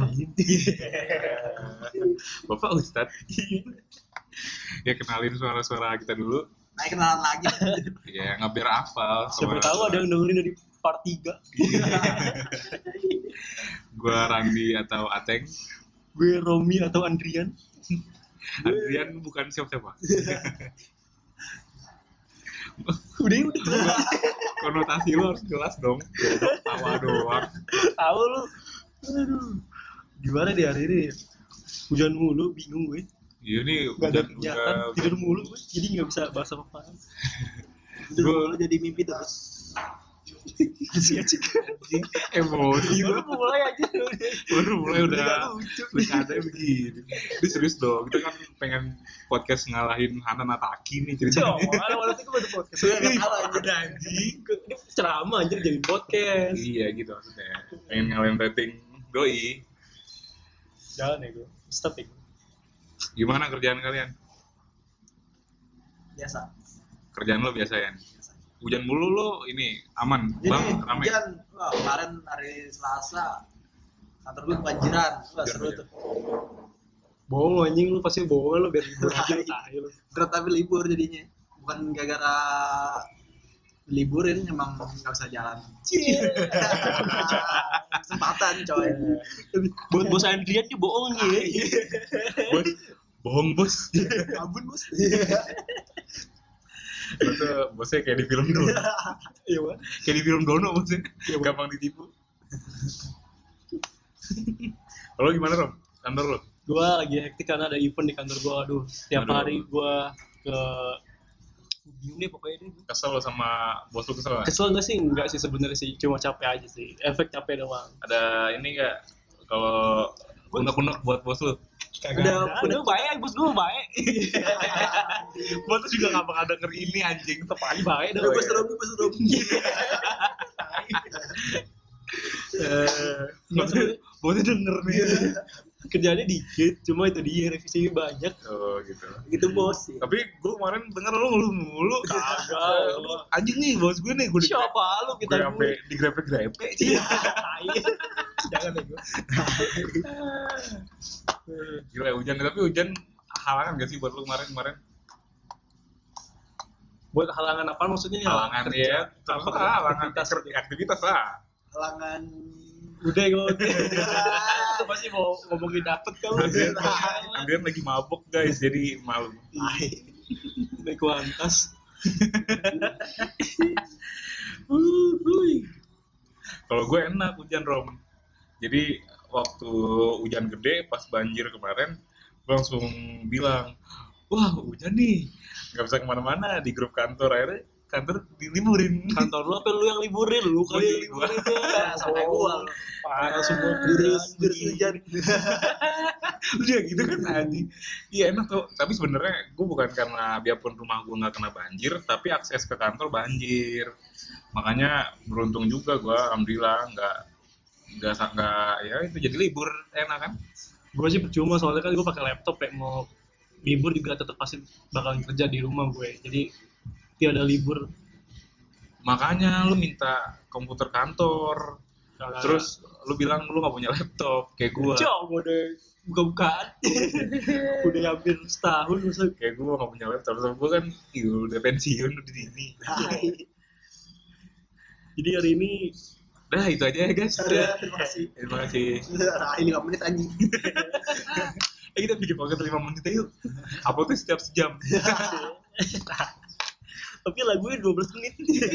ngapain? Bapak Ustadz. Ya kenalin suara-suara kita dulu. Nah, kenalan lagi. Ya nggak biar hafal. Siapa tahu ada yang dengerin dari part 3. Gue Randi atau Ateng. Gue Romi atau Andrian. Adrian bukan siapa-siapa. Udah. Konotasi lo harus jelas dong. Tawa doang. Tahu lu. Aduh. Gimana di hari ini? Hujan mulu, bingung gue. Iya nih Gak ada udah kegiatan, tidur mulu gue. Jadi gak bisa bahas apa-apa. Dulu jadi mimpi terus. Masih aja. emosi Baru mulai aja. baru mulai udah ada begini. Ini serius dong, kita kan pengen podcast ngalahin Hanan Ataki nih ceritanya. Malah itu baru podcast. Sudah nggak kalah aja. Ada anjing. Ini ceramah anjir jadi podcast. Iya gitu maksudnya. Pengen ngalahin rating doi. Jangan ya gue. Stop ya. Gimana kerjaan kalian? Biasa. Kerjaan lo biasa ya? Hujan mulu lo ini aman, Jadi bang rame. hujan, wah, kemarin hari Selasa kantor gue kebanjiran, wah seru tuh. Bohong anjing lu pasti bohong lu biar libur aja tai lu. Berat tapi libur jadinya, bukan gara-gara liburin emang nggak bisa jalan. Kesempatan coy. Buat bos Andrian dia bohong ya. Bos, bohong bos. Abun bos. Bosnya kayak di film Dono. Iya, Pak. Kayak di film Dono bosnya. Iya, Bang. Gampang ditipu. Lo gimana Rom? Kantor lo? Gua lagi hektik karena ada event di kantor gua. Aduh, tiap Aduh. hari gua ke bingung deh pokoknya deh. Kesel lo sama bos lo kesel gak? Kesel enggak sih? Enggak sih sebenarnya sih, cuma capek aja sih. Efek capek doang. Ada ini gak? Kalau unek-unek buat bos lo? Udah baik, bos gua baik. Bos tuh juga gak bakal denger ini anjing. Tetep aja baik dah. Oh, Bos iya. Romi. Bosnya denger nih. Kerjaannya dikit, cuma itu dia revisinya banyak. Oh gitu. Gitu bos. Tapi gue kemarin denger lo ngeluh mulu. Kagak. Anjing nih bos gue nih. Gue Siapa lu gue kita sampai digrepe-grepe. Iya, tai. Jangan deh gua. Gila hujan, tapi hujan halangan gak sih buat lu kemarin? Buat halangan apa maksudnya? Halangan ya, terserah halangan aktivitas lah. Halangan. Udah gue. Itu pasti mau ngomongin dapet kau. Andrian lagi mabok guys, jadi malu. Naik kuantas. Kalau gue enak hujan Rom. Jadi waktu hujan gede pas banjir kemarin, gue langsung bilang, wah hujan nih, nggak bisa kemana-mana di grup kantor. Akhirnya kantor diliburin. Kantor lu apa lu yang liburin? Lu kali yang liburin aja. Sampai gua. Parah semua Gurus hujan. Lu juga gitu kan anjing. Iya enak tuh. Tapi sebenarnya gue bukan karena biarpun rumah gue nggak kena banjir, tapi akses ke kantor banjir. Makanya beruntung juga gue, alhamdulillah nggak ya itu jadi libur enak kan. Gue sih percuma soalnya kan gue pakai laptop ya, mau libur juga tetap pasti bakalan kerja di rumah gue. Jadi tiada libur. Makanya lu minta komputer kantor. Terus lu bilang lu nggak punya laptop kayak gue. Cok, gue udah buka-bukaan. Udah hampir setahun masa. Kayak gue nggak punya laptop. Terus gue kan udah pensiun udah di sini. Jadi hari ini Dah itu aja ya guys. Terima kasih. Terima kasih. Ini 5 menit anjing. Kita bikin podcast 5 menit aja yuk. Uploadnya setiap sejam. tapi lagunya 12 menit.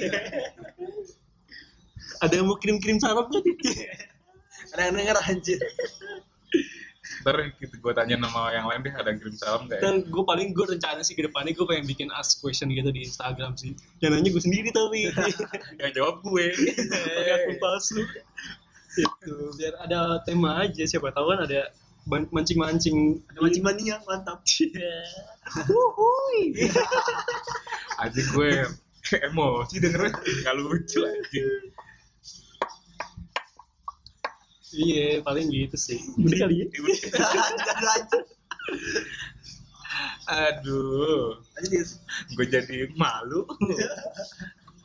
Ada yang mau kirim-kirim salam nggak? Ada yang denger anjir. Ntar gue tanya nama yang lain deh, ada yang kirim salam gak ya? Dan gue rencana sih ke depannya gue pengen bikin ask question gitu di Instagram sih. Yang nanya gue sendiri tapi Yang jawab gue. pakai akun palsu. Itu biar ada tema aja, siapa tahu kan ada mancing-mancing. Ada mancing mania, mantap. Wuhui. Anjing gue emosi dengernya, gak lucu anjing. Iya, paling gitu sih. Udah kali ya. Aduh, Anjir. gue jadi malu.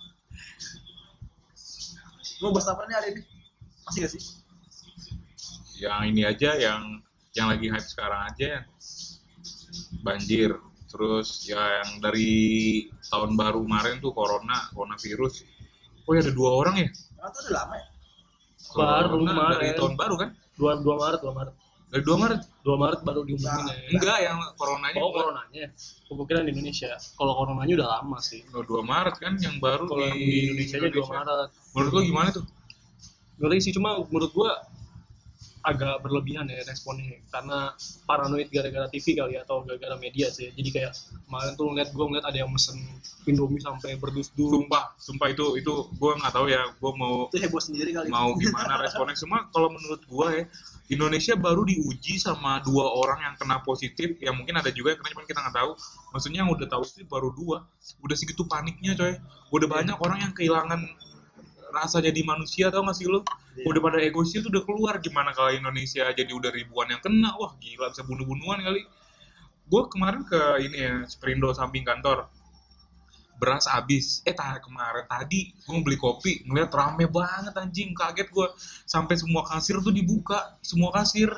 Mau bahas apa nih hari ini? Masih gak sih? Yang ini aja yang lagi hype sekarang aja banjir. Terus ya yang dari tahun baru kemarin tuh coronavirus. Oh ya ada 2 orang ya? Karena tuh udah lama ya. Baru Corona kemarin. dari tahun baru kan? 2 Maret. Dari 2 Maret? 2 Maret baru diumumin ya. Enggak, yang coronanya. Oh, coronanya. Kemungkinan di Indonesia. Kalau coronanya udah lama sih. Oh, 2 Maret kan yang baru Kalau yang di Indonesia aja 2 Maret. Menurut lo gimana tuh? Ngeri sih, cuma menurut gua agak berlebihan ya responnya, karena paranoid gara-gara TV kali ya, atau gara-gara media sih. Jadi kayak kemarin tuh ngeliat ada yang mesen Indomie sampai berdus-dus. Sumpah itu gue nggak tahu ya, gue mau Itu heboh sendiri kali. mau gimana responnya. Cuma kalau menurut gue ya, Indonesia baru diuji sama 2 orang yang kena positif, yang mungkin ada juga yang kena, cuman kita nggak tahu. Maksudnya yang udah tahu sih baru 2, udah segitu paniknya coy. Udah banyak orang yang kehilangan rasa jadi manusia, tau gak sih lo? Udah pada egoisnya tuh udah keluar. Gimana kalau Indonesia jadi udah ribuan yang kena, wah gila, bisa bunuh-bunuhan kali. Gue kemarin ke ini ya, Superindo samping kantor, beras habis. Kemarin tadi gue beli kopi, ngeliat rame banget anjing, kaget gue. Sampai semua kasir tuh dibuka, semua kasir.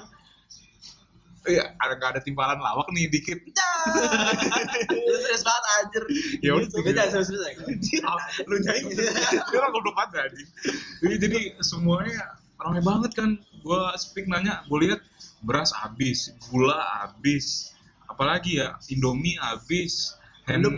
Gak ada timpalan lawak nih dikit. Lu serius banget anjir. Ya Lu udah. jangan serius-serius ya. Lu nyanyi dia orang goblok banget anjing. Jadi semuanya ramai banget kan. Gua speak nanya, gue lihat beras habis, gula habis, apalagi ya, Indomie habis, hand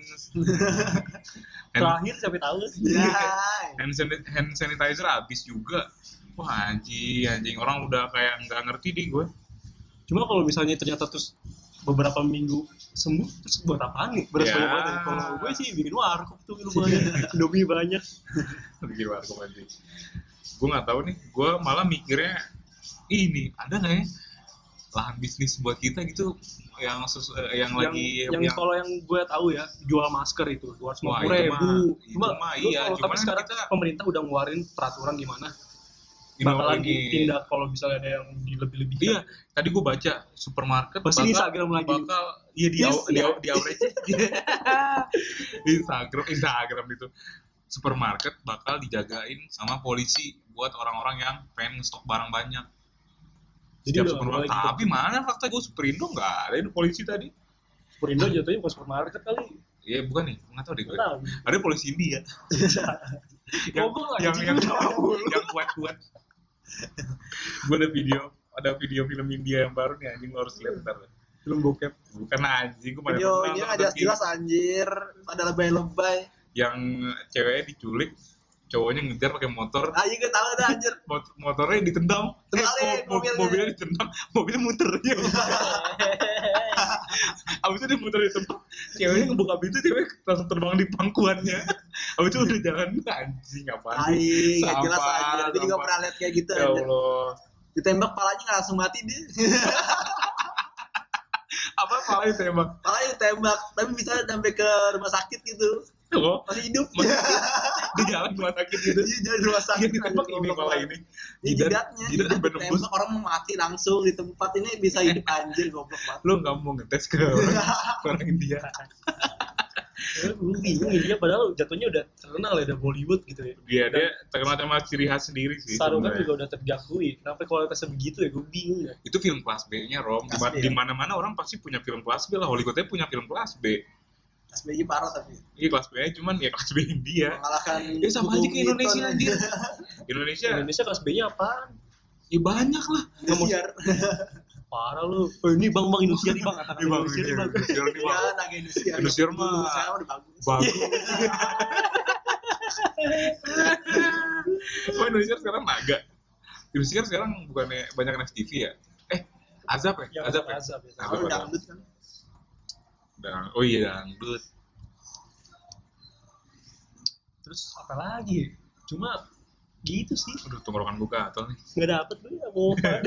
Terakhir sampai tahu Ya. hand sanitizer habis juga. Wah anjing orang udah kayak nggak ngerti deh gue. Cuma kalau misalnya ternyata terus beberapa minggu sembuh, terus buat apaan nih beras Ya. banyak banget? Kalau gue sih bikin warkop tuh lumayan, Indomie banyak. Bikin warkop anjing. Gue nggak tahu nih, gue malah mikirnya ini ada nggak ya lahan bisnis buat kita gitu yang lagi yang kalau yang gue tahu ya, jual masker itu 250.000. itu mah iya, tapi cuman sekarang kita pemerintah udah ngeluarin peraturan gimana ini bakal lagi lagi tindak kalau misalnya ada yang dilebih-lebihkan. iya, tadi gue baca supermarket Pasti di Instagram lagi. bakal iya di average di Instagram itu supermarket bakal dijagain sama polisi buat orang-orang yang pengen stok barang banyak. Jadi Setiap udah supermarket. mulai gitu. Tapi mana fakta gue Superindo nggak ada ini polisi tadi. Superindo jatuhnya bukan supermarket kali. Iya bukan nih, nggak tahu deh gue. Nggak tahu. Ada polisi India. yang kuat. Gue ada video film India yang baru nih anjing, lo harus lihat ntar. Film bokep. Bukan anjing, gue pada Videonya nggak jelas anjir. Ada lebay-lebay. Yang ceweknya diculik, cowoknya ngejar pakai motor. Ah iya gue tahu dah anjir. Motornya ditendang, Terbalik mobilnya. mobilnya ditendang, mobilnya muter ya. Abis itu dia muter di tempat, ceweknya ngebuka pintu, cewek langsung terbang di pangkuannya. Abis itu udah jalan, anjing apaan sih? Nggak jelas anjir. Gue juga pernah lihat kayak gitu Ya anjir. Allah. Ditembak palanya nggak langsung mati dia. Apa malah ditembak? Palanya ditembak, tapi bisa sampai ke rumah sakit gitu. Oh, Masih hidup. di jalan rumah sakit gitu. Iya, jadi rumah sakit. Yang ditembak ini malah ini. Jidatnya sampai nembus. ditembak, orang mau mati langsung di tempat ini bisa hidup anjir, goblok banget. Lo nggak mau ngetes ke orang India? Gue bingung dia padahal jatuhnya udah terkenal ya, udah Bollywood gitu ya. Dia terkenal sama ciri khas sendiri sih. Sarungan sebenarnya. juga udah terjakui. Kenapa kualitasnya begitu ya? Gue bingung ya. Itu film kelas B-nya Rom. Kelas B, Di ya? mana-mana orang pasti punya film kelas B lah. Hollywoodnya punya film kelas B. SBY parah tapi Iya kelas B-nya cuman ya kelas B India. mengalahkan Ya sama aja ke Indonesia Buton. anjir. Indonesia Kelas B-nya apaan? ya banyak lah. Indosiar. Parah lu. Oh, ini bang Indonesia nih bang. Katakan Ini bang, Indonesia nih bang. Indosiar nih, Iya, Bang. naga Indosiar. Indosiar mah Sekarang udah bagus. bagus. Oh Indonesia sekarang naga. Indonesia sekarang bukannya banyak FTV ya? Azab ya? Yang Azab ya? Azab ya. Kalau udah dangdut kan. Oh iya dangdut. Terus apa lagi? Cuma gitu sih. Aduh tenggorokan buka atau nih. Nggak dapet gue ya mau apa.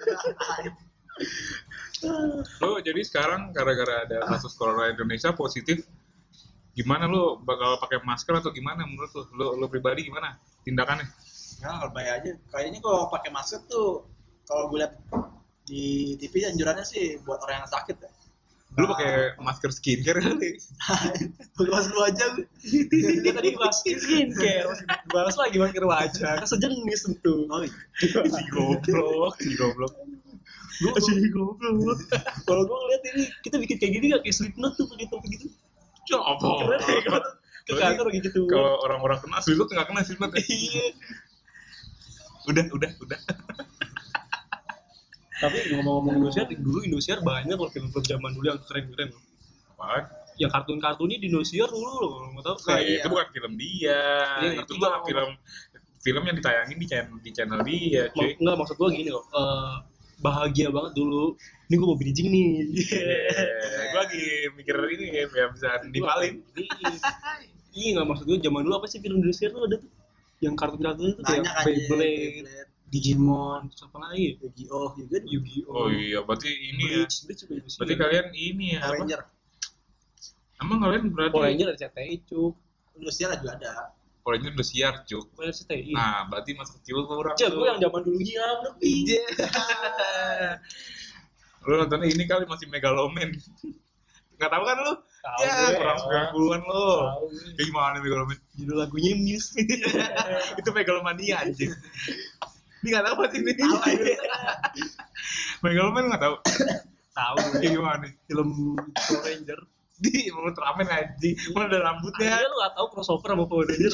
Lo jadi sekarang gara-gara ada kasus corona Indonesia positif, gimana lo bakal pakai masker atau gimana menurut lo? Lo pribadi gimana tindakannya? Ya, lebay aja. Kayaknya kalau pakai masker tuh kalau gue lihat di TV anjurannya sih buat orang yang sakit ya. Lu pakai masker skincare kali. Bagus lu aja. Dia tadi bahas skincare, bahas lagi masker wajah, kan sejenis tentu. Oh, iya. Si goblok. Si goblok. Kalau gue ngeliat ini, kita bikin kayak gini gak kayak Slipknot tuh pakai topi gitu. Coba. Keren ya kan? Ke kantor kayak gitu. Kalau orang-orang kena Slipknot nggak kena Slipknot ya. Iya. Udah. Tapi ngomong-ngomong Indosiar, dulu Indosiar banyak loh film-film zaman dulu yang keren-keren loh. Apaan? Yang kartun-kartunnya di Indosiar dulu loh, nggak tahu. Nah, iya. itu bukan film dia. Iya, Itu ngerti mah gua. film yang ditayangin di channel dia, cuy. Enggak, maksud gua gini loh. Bahagia banget dulu. Ini gua mau bridging nih. Gue lagi mikir ini ya biar bisa nipalin. Iya, nggak, maksud gua zaman dulu apa sih film Indosiar tuh ada tuh? Yang kartun-kartunnya tuh kayak Banyak aja. Beyblade, Digimon, terus apa lagi? Yu-Gi-Oh juga. Yu-Gi-Oh. Oh iya, berarti ini ya. Bleach juga Indosiar. Berarti kalian ini ya Power apa? Ranger. Emang kalian berarti Power Ranger ada CTI, cuk. Indosiar juga ada. Power Ranger udah siar, cuk. Power Ranger CTI. Nah, berarti masa kecil lu kurang. Cek, gua yang zaman dulu gila lebih. Lu nontonnya ini kali masih Megaloman. Enggak tahu kan lu? Tahu Ya, gue. kurang 90-an lu. Tahu gue. Kayak gimana Megaloman? Judul lagunya Muse. Itu Megalomania anjing. Ini enggak tahu sih ini. Megaloman enggak tahu. Tahu Kayak gue. gimana nih? Film Power Ranger. Di Ultraman anjing. Mana ada rambutnya? Dia lu gak tahu crossover sama Power Ranger.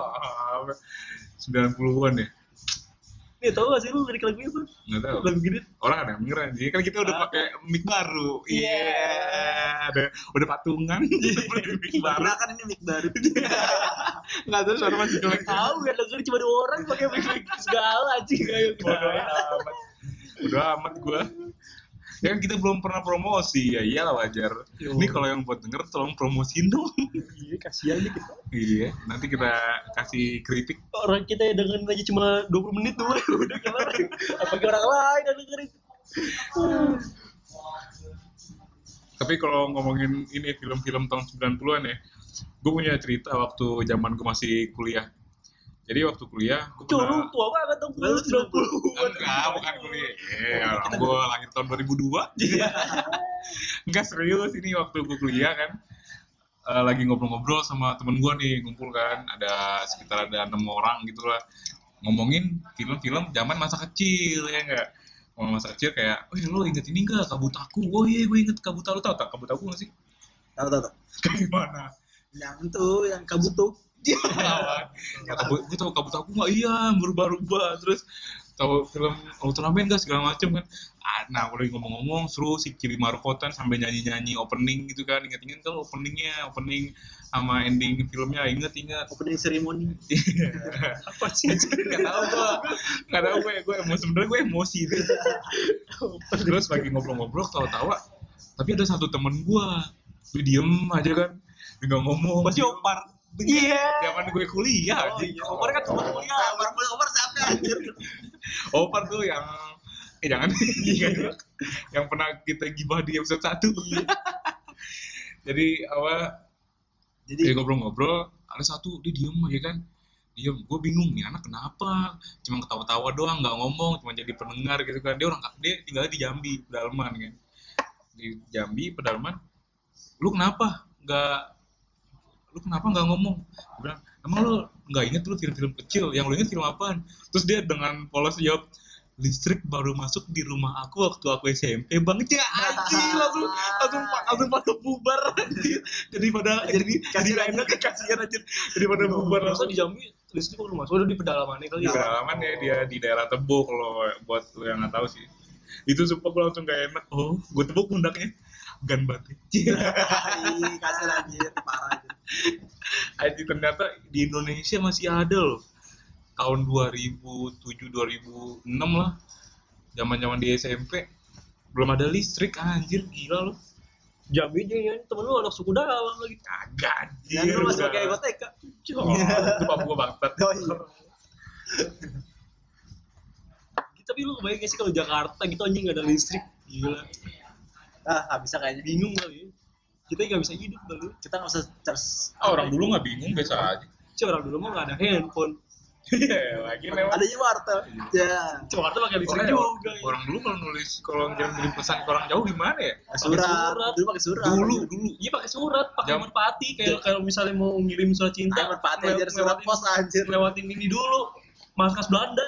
90-an ya? Nih tahu gak sih lu lirik lagunya apa? Enggak tahu. Lagu gini. Orang ada yang denger anjing. Kan kita udah pakai mic baru. Iya. Udah patungan. Udah mic baru. Karena kan ini mic baru. Enggak tahu suara masih jelek. Tahu ya lagu cuma 2 orang pakai mic segala anjing kayak gitu. Bodoh amat. Bodoh amat gua. Ya kan kita belum pernah promosi, ya iyalah wajar. Yo. Ini kalau yang buat denger tolong promosiin dong. Iya, kasihan nih kita. Iya, nanti kita kasih kritik. Orang kita yang dengerin aja cuma 20 menit tuh. Udah gimana? Apalagi orang lain yang dengerin. Tapi kalau ngomongin ini film-film tahun 90-an ya, gue punya cerita waktu zaman gue masih kuliah. Jadi waktu kuliah, gue Cuy, lu pernah... tua banget dong. Lu 90. Enggak, bukan kuliah. Orang gue lahir tahun 2002. Enggak, serius ini waktu gue kuliah kan. Lagi ngobrol-ngobrol sama temen gue nih, ngumpul kan. Sekitar ada 6 orang gitu lah. Ngomongin film-film zaman masa kecil, ya enggak? Ngomong masa kecil kayak, oh lo inget ini enggak, Kabutaku? Oh iya, gue inget Kabutaku. Lo tau tak Kabutaku nggak sih? Tahu. Kayak gimana? Yang tuh, yang Kabuto. Gue tau Kabutaku nggak? Iya, berubah-ubah. Terus tahu film Ultraman gak segala macem kan. Nah, udah ngomong-ngomong seru si Kilimaru Kotan sampai nyanyi-nyanyi opening gitu kan. Ingat-ingat kan opening sama ending filmnya, ingat. Opening ceremony. Apa sih? Gak tau gue emosi, sebenarnya gue emosi deh. Terus lagi ngobrol-ngobrol tawa-tawa, tapi ada satu temen gue, dia diem aja kan, dia nggak ngomong. Masih opar. Iya. Zaman gue kuliah. Oh iya, opar kan cuma kuliah. Opar siapa anjir? Opar tuh yang jangan yang pernah kita gibah di episode 1. Jadi Jadi ngobrol-ngobrol, ada satu dia diem aja kan. Diem, gue bingung nih anak kenapa, cuma ketawa-tawa doang, nggak ngomong, cuma jadi pendengar gitu kan. Dia tinggal di Jambi, pedalaman kan. Di Jambi, pedalaman. Lu kenapa nggak ngomong? Gue bilang, emang lu nggak inget lu film-film kecil? Yang lu inget film apaan? Terus dia dengan polos jawab, listrik baru masuk di rumah aku waktu aku SMP bang. Ya anjing, langsung pada bubar anjir. Jadi enak kasihan anjir. Daripada bubar Masa langsung di Jambi listrik baru masuk, udah di pedalamannya kali di ya. pedalaman ya, dia di daerah Tebo. Kalau buat lu yang nggak tahu sih, itu sumpah gue langsung gak enak. Oh, gue tepuk pundaknya, gan batik. kasih anjir, parah anjir. Anjir, ternyata di Indonesia masih ada loh. Tahun 2007-2006 lah, zaman-zaman di SMP belum ada listrik, anjir gila loh. Jambi aja ya, temen lu anak suku dalam lagi. Kagak anjir. Yang lu masih udah. pakai egoteka. Oh, itu papu gue bangsat. Oh iya. Tapi lu kebayang gak sih kalau Jakarta gitu anjing gak ada listrik? Gila. Nggak bisa kayaknya. Bingung kali ya. Kita gak bisa hidup kali. Kita nggak usah charge. Orang dulu nggak bingung, biasa aja. Cuma orang dulu mah gak ada handphone. Iya, lagi lewat. Adanya wartel. Ya. Cuma tuh pakai listrik Orang juga. orang dulu kalau ngirim pesan ke orang jauh gimana ya? Surat. Dulu pakai surat. Dulu. Iya pakai surat, pakai Jam- merpati kayak kalau misalnya mau ngirim surat cinta. Ayo merpati aja surat pos anjir. Lewatin ini dulu. Markas Belanda.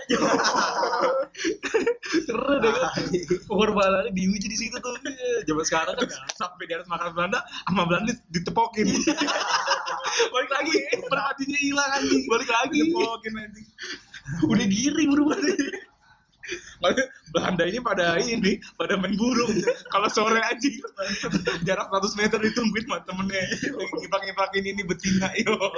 Keren deh kan. Pengorbanannya diuji di situ tuh. Zaman sekarang kan Sampai di atas markas Belanda sama Belanda ditepokin. balik lagi. Merpatinya hilang anjing. Balik lagi. Ditepokin anjing. Udah giring udah. Makanya Belanda ini pada main burung. Kalau sore anjing jarak 100 meter ditungguin sama temennya. Ngiprak-ngiprakin ini betina.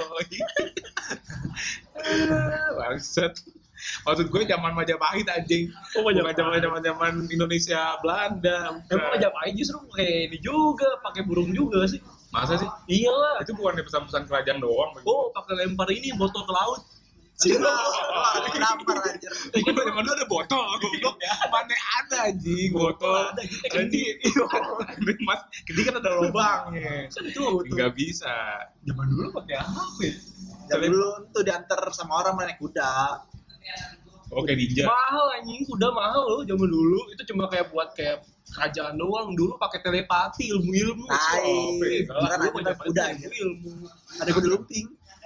Bangsat. Maksud gue zaman Majapahit anjing. Oh, Majapahit. Bukan zaman Indonesia Belanda. Emang Majapahit justru kayak ini juga, pakai burung juga sih. Masa sih? Iyalah. Itu bukan pesan-pesan kerajaan doang. Oh, pakai lempar ini botol ke laut. Nampar anjir. Zaman dulu ada botol, goblok. Mana ada anjing botol. Ada gitu Kendi, Mas, kendi kan ada lubangnya. Kan itu Nggak bisa. zaman dulu pakai apa ya? Zaman dulu tuh diantar sama orang naik kuda. Oke, ninja. Mahal anjing, kuda mahal loh zaman dulu. Itu cuma kayak buat kayak kerajaan doang. Dulu pakai telepati, ilmu-ilmu. Tai. Kalau Bukan dulu ada Majapahit kuda, ilmu, anjir. ilmu. Ada kuda lumping.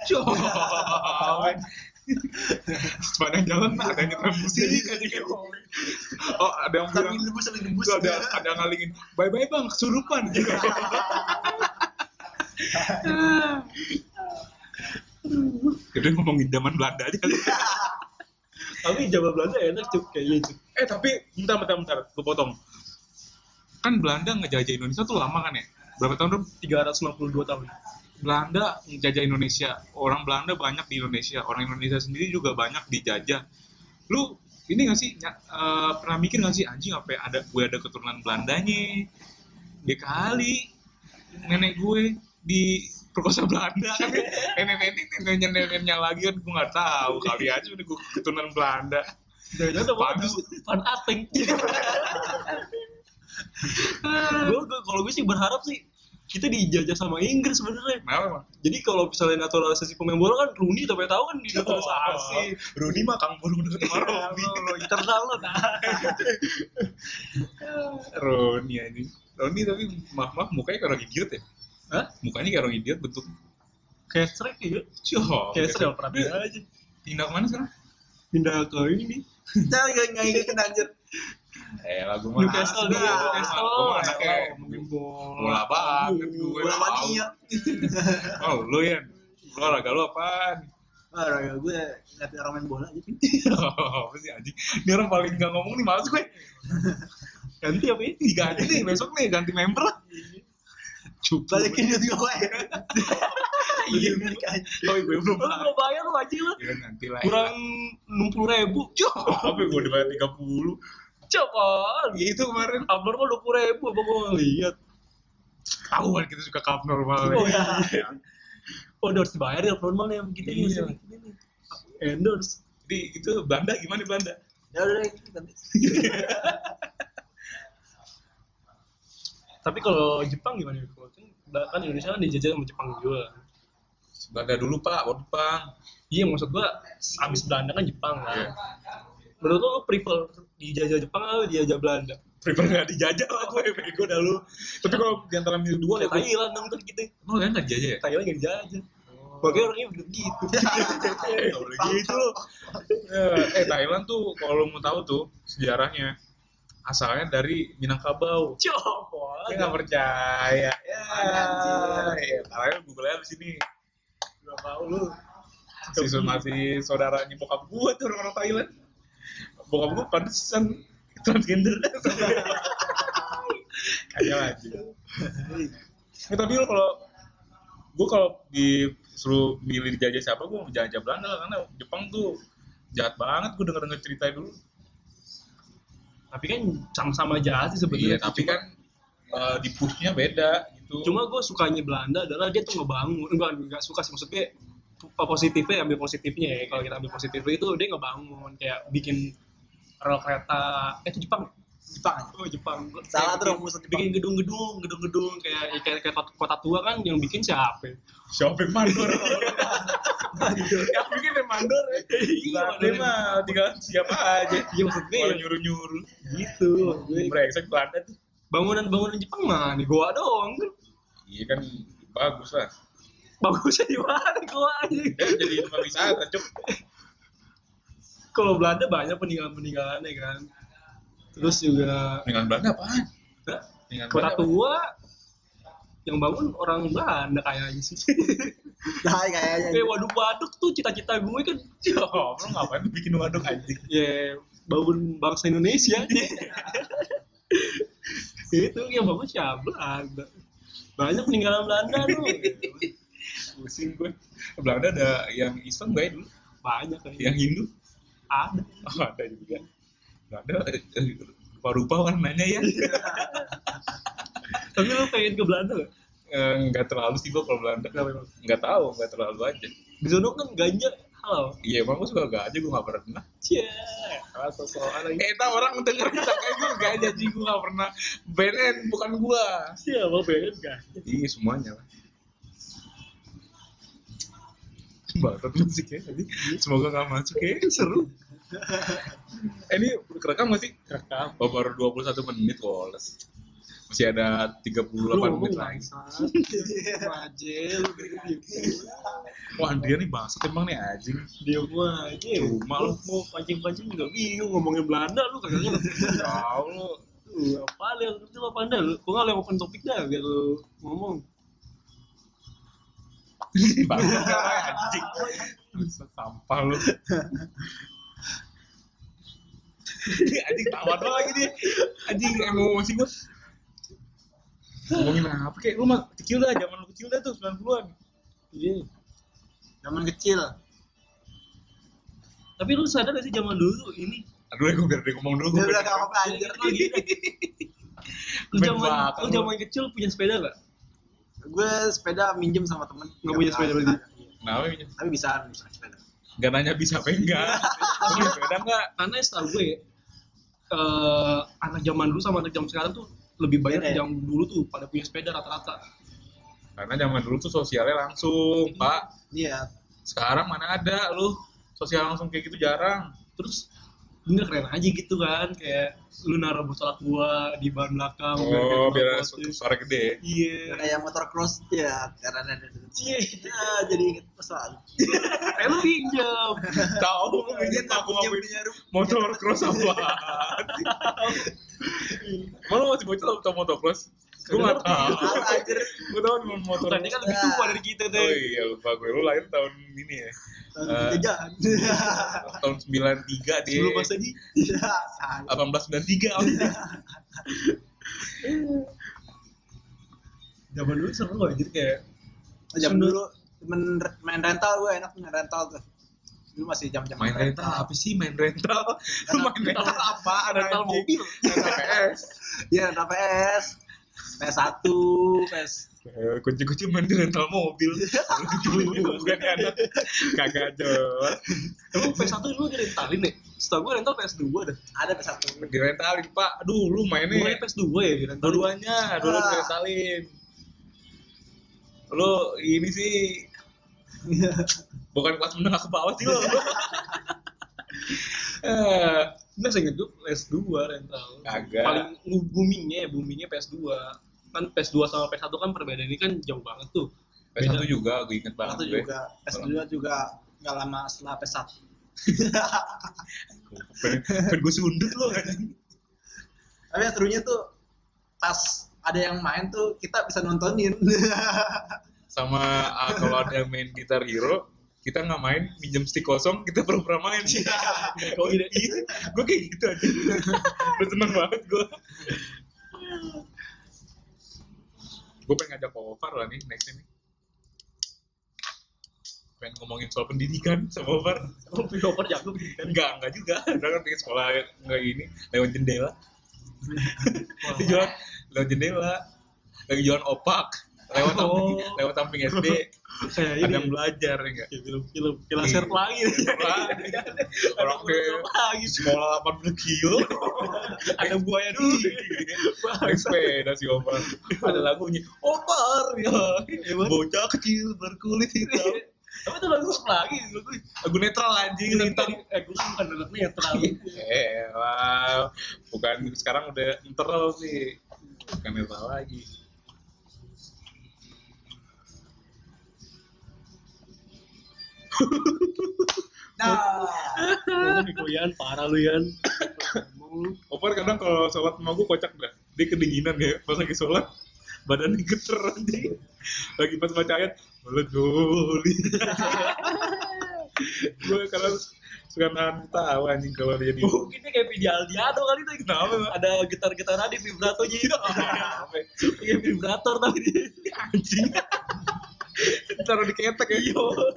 Sepanjang jalan ada yang nyetel musik aja. Oh, ada yang bilang, Sambil nembus. tuh ada ngalingin, bye-bye bang, kesurupan. Udah ngomongin zaman Belanda aja kali. Tapi zaman Belanda enak cuk kayaknya cuk. Tapi bentar, gue potong. Kan Belanda ngejajah Indonesia tuh lama kan ya? Berapa tahun dong? 352 tahun. Belanda ngejajah Indonesia. Orang Belanda banyak di Indonesia. Orang Indonesia sendiri juga banyak dijajah. Lu ini nggak sih pernah mikir nggak sih anjing apa ya, gue ada keturunan Belandanya? Dia kali nenek gue di perkosa Belanda kan, neneknya lagi kan gue nggak tahu, kali aja udah gue keturunan Belanda. Jangan ada Pantes. Van Ateng. Gue kalau gue sih berharap sih kita dijajah sama Inggris sebenarnya. Kenapa emang? Jadi kalau misalnya naturalisasi pemain bola kan Rooney tapi tahu kan dinaturalisasi. Rooney mah kang burung deket sama Rooney. Lo internal lo nah. Rooney ini. Rooney tapi maaf mukanya kayak orang idiot ya. Hah? Mukanya kayak orang idiot bentuk. Kayak Shrek ya. Kayak Shrek pernah aja. Pindah kemana sekarang? Pindah ke ini. Jangan nggak ngikutin anjir. Lagu mah Newcastle dia, Newcastle. Gue mah anaknya Ngomongin bola. bola banget gue. Bola mania. Oh lu ya, lu olahraga lu apaan? Wah, raga gue ngeliatin orang main bola gitu. Apa sih anjing? Ini orang paling gak ngomong nih, males gue. Ganti apa ini? Diganti nih, besok nih ganti member lah. Cukup. Balikin duit gue. Iya, Oh gue belum Lu mau bayar lu aja lah. Ya nanti lah. Kurang 60.000. Apa gue dibayar 30? Coba. Gitu kemarin. Kabar mah 20.000 apa gua ngeliat. Tahu kan kita suka cup normal. Oh, iya. Oh, udah harus dibayar ya normal yang begitu Iya. nih. Endorse. Jadi itu Belanda gimana Belanda? Ya udah ganti. Tapi kalau Jepang gimana? Kan Indonesia kan dijajah sama Jepang juga. Belanda dulu Pak, baru Jepang. Iya, maksud gua abis Belanda kan Jepang kan. Iya. Menurut lo prefer dijajah Jepang atau dijajah Belanda? Prefer nggak dijajah lah gue, bego dah lu. Tapi kalau di antara milih dua Ya Thailand dong tuh kita. Emang kan nggak dijajah ya? Thailand nggak dijajah. Makanya orangnya udah gitu. Nggak boleh gitu loh. Thailand tuh kalau lu mau tahu tuh sejarahnya asalnya dari Minangkabau. Coba. Saya nggak percaya. Ya, Thailand Google aja di sini. Gak tahu lu. Masih saudaranya bokap gua tuh orang Thailand. Bokap gua pantesan transgender. Kayak lagi. Tapi lo kalau disuruh milih dijajah siapa, gue mau jajah Belanda lah, karena Jepang tuh jahat banget. Gue denger cerita dulu. Tapi kan sama-sama jahat sih sebenarnya. Iya, tapi kan di pushnya beda gitu. Cuma gue sukanya Belanda adalah dia tuh ngebangun. Enggak suka sih, maksudnya positifnya ambil positifnya ya. Kalau kita ambil positifnya itu dia ngebangun kayak bikin rel kereta. Itu Jepang. Jepang aja. Oh Jepang. Salah Kayak tuh musuh bikin Jepang. gedung-gedung kayak kota tua kan yang bikin siapa? Shopping mandor. Yang bikin yang mandor ya. Belanda mah tinggal siapa aja. Iya maksud gue Kalau nyuruh-nyuruh. gitu. Gue Brengsek Belanda tuh. bangunan Jepang mah di goa doang kan. Iya kan bagus lah. Bagusnya di mana goa aja. Ya, jadi tempat wisata, Cuk. Kalau Belanda banyak peninggalan-peninggalannya kan. Terus juga Dengan Belanda apaan? Hah? Dengan kota Belanda. tua yang bangun orang Belanda kayaknya sih. Nah, kayaknya. Kayak waduk-waduk tuh cita-cita gue kan. Oh, lu ngapain bikin waduk anjing? Ya bangun bangsa Indonesia. Itu yang bangun siapa Belanda. Banyak peninggalan Belanda tuh. Pusing gue. Belanda ada yang Islam gak ya dulu? Banyak kan. Yang Hindu? Ada. Oh, ada juga. Belanda rupa-rupa warnanya ya. Tapi lu pengen ke Belanda gak? Nggak terlalu sih gue kalau Belanda. Nggak tahu, nggak terlalu aja. Di sana kan ganja halal. Iya, emang gue suka gajah, gue nggak pernah. Cie. Rasa soal lagi. Tahu orang denger kayak gue gajah sih, gue nggak pernah. BNN bukan gue. Cie, mau pengen ganja. Iya, semuanya lah. Barat musik ya tadi. Semoga nggak masuk ya. Seru. Ini kerekam nggak sih? Rekam. Oh, baru 21 menit, Wallace. Masih ada 38 menit lagi. Majel. Wah, dia nih bangsat emang nih anjing. Dia mah aja. Cuma lu. Mau pancing-pancing juga bingung ngomongin Belanda lu kagak ngerti. Tahu lu. Apa lu ngerti lu Panda lu? Kok enggak open topik dah biar lu ngomong. Bangsat kan anjing. Sampah lu. Anjing tawa doang lagi dia. Anjing emosi gue. Ngomongin apa kayak lu mah kecil dah, zaman lu kecil dah tuh 90-an. Iya. Zaman kecil. Tapi lu sadar gak sih zaman dulu ini Aduh, gue biar dia ngomong dulu. Dia udah gak apa-apa anjir. lu Main zaman belakang lu lu. zaman kecil punya sepeda gak? Gue sepeda minjem sama temen. Nggak punya sepeda berarti? Nah, ini Tapi bisa sepeda. gak nanya bisa apa enggak. Punya sepeda enggak? Karena setahu gue anak zaman dulu sama anak zaman sekarang tuh lebih banyak Beda ya? yang dulu tuh pada punya sepeda rata-rata. Karena zaman dulu tuh sosialnya langsung, Pak. Iya. Sekarang mana ada lu sosial langsung kayak gitu jarang. Terus bener keren aja gitu kan, kayak lu naruh botol aqua di ban belakang Biar kayak suara gede. iya Kayak motor cross ya, karena ada. iya Ya, jadi inget persoalan. lu pinjam Tahu mungkin aku nggak punya motor cross apa? Malu masih bocil tau motocross? Gue nggak tahu. Anjir. Gue tahu cuma motor. tadi kan lebih tua dari kita Oh deh iya lupa gue. Lu lahir tahun ini ya. Jajan. Tahun 93 dia. sebelum masa ini Iya. 1893. zaman dulu seru loh jadi kayak Jam dulu main rental gue enak main rental tuh. Dulu masih jam-jam Main rental apa sih main rental? Lu main rental apa? rental mobil Rental PS. Iya, rental PS. PS1, PS. Kunci-kunci main di rental mobil. Bukan anak. Kagak jelas. emang PS1 dulu direntalin nih setahu gue rental PS2 dah Ada PS1. Direntalin Pak. Aduh lu mainnya. mulai PS2 ya direntalin Dua-duanya dulu direntalin. Lu ini sih bukan kelas menengah ke bawah sih lo. Nggak saya inget gue PS2 rental Kagak. paling boomingnya PS2 kan PS2 sama PS1 kan perbedaan ini kan jauh banget tuh PS1 juga gue inget banget PS1 gue. juga. PS2 juga nggak lama setelah PS1. Pengen gue sundut lo kan. Tapi yang serunya tuh pas ada yang main tuh kita bisa nontonin. Sama kalau ada yang main Guitar Hero, kita nggak main, minjem stick kosong, kita pura-pura main. kok ide Iya, gue kayak gitu aja. Udah seneng banget gue. Gue pengen ngajak Ovar lah nih next ini. Pengen ngomongin soal pendidikan sama Ovar. oh Pilopor jago kan Enggak juga. Udah kan pengen sekolah nggak ini, lewat jendela. Jualan lewat jendela. Lagi jualan opak. lewat samping SD Kayak ada ini yang belajar ya enggak? ya, film laser pelangi Orang lagi sekolah 80 kilo ada buaya dulu naik sepeda si Omar ada lagunya Omar ya bocah kecil berkulit hitam tapi itu lagu pelangi lagu netral anjing hitam gue kan bukan anak netral wah bukan sekarang udah netral sih bukan netral lagi. Nah, ngomong di Koyan parah lu Yan Opar kadang kalau sholat sama gue kocak dah. Dia kedinginan ya pas lagi sholat. Badannya geter anjing. Lagi pas baca ayat. Melejoli. Gue kalau suka nahan tahu anjing kalau dia di. mungkin dia kayak video Aldiano kali tuh Kenapa? ada gitar-gitaran di vibratonya itu kayak vibrator tapi dia Anjing. Taruh di ketek ya.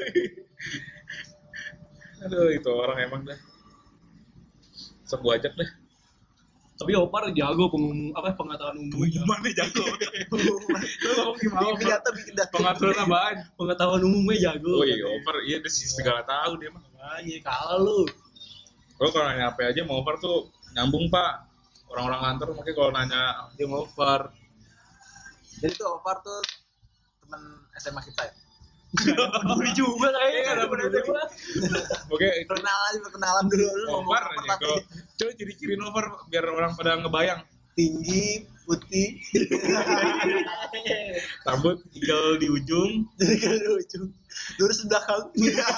Aduh itu orang emang dah. Sok gue ajak dah. tapi Opar jago pengetahuan umum Gimana jago? Lu ngomong gimana? bikin data bikin data. Pengaturan apaan? pengetahuan umumnya jago Oh iya, Opar iya dia segala tahu dia mah. makanya kalah lu Kalau nanya apa aja mau Opar tuh nyambung pak. Orang-orang kantor mungkin kalau nanya dia mau Opar. Jadi tuh Opar tuh teman SMA kita ya. peduli juga kayaknya Iya, ada peduli. peduli Oke, Perkenalan dulu lu ngomong Opar apa aja. tapi Kalau coba ciri-ciriin Opar biar orang pada ngebayang. tinggi, putih, Rambut tinggal di ujung. jadi kan lucu. Lurus di belakang.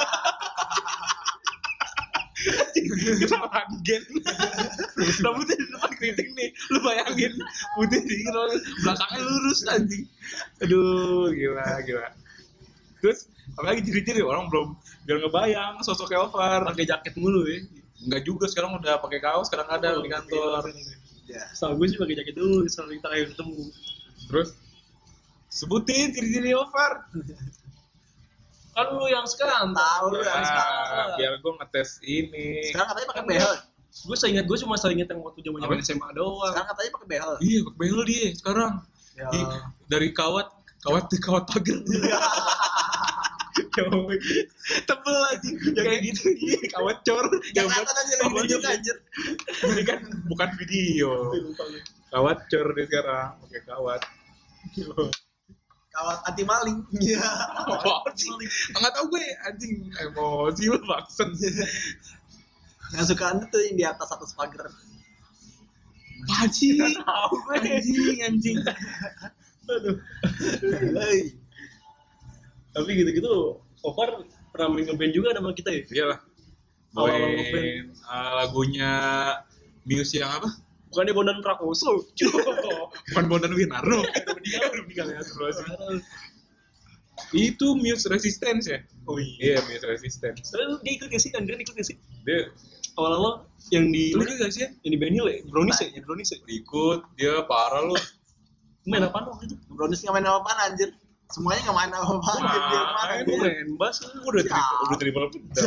Ketawa gen. Rambutnya di depan keriting nih. Lu bayangin putih dingin belakangnya lurus anjing. Aduh, gila. Terus apalagi ciri-ciri orang belum biar ngebayang sosoknya Opar. pakai jaket mulu ya Enggak juga sekarang udah pakai kaos, sekarang ada di kantor. Ya. sama gue sih pakai jaket dulu sering terakhir ketemu Terus sebutin ciri-ciri Opar. kan lu yang sekarang Tahu lu yang sekarang. Biar gue ngetes ini. Sekarang katanya pakai behel. gue cuma seinget yang waktu zaman Apa? SMA doang Sekarang katanya pakai behel. Iya, pakai behel dia sekarang. Ya. Dari kawat pagar. Tebel aja kayak gitu. Iya, kawat cor. Yang kelihatan aja lebih tunjuk anjir. Ini kan bukan video. Kawat cor dia sekarang, pakai kawat. Kawat anti maling. Iya. Apaan sih? Enggak tahu gue anjing emosi lu maksud. Yang sukaan tuh yang di atas pagar. Paci. tahu gue Anjing. aduh Hei. tapi gitu-gitu Opar pernah main ngeband juga sama kita ya Iyalah. Awal-awal Bawain lagunya Muse yang apa? bukannya Bondan Prakoso Bukan Bondan Winarno. Udah meninggal ya, astagfirullahaladzim. Itu Muse Resistance ya? oh iya Iya, Muse Resistance. tapi dia ikut gak sih Andrian ikut gak sih Dia awal-awal yang di lu juga gak sih ya? yang di Benny ya Brownies ya Brownies ya Ikut, dia parah lu. main apaan waktu itu Brownies nggak main apa-apaan anjir. Semuanya nggak main apa-apaan. Main, Dia mana? gue main bass Udah triple pedal.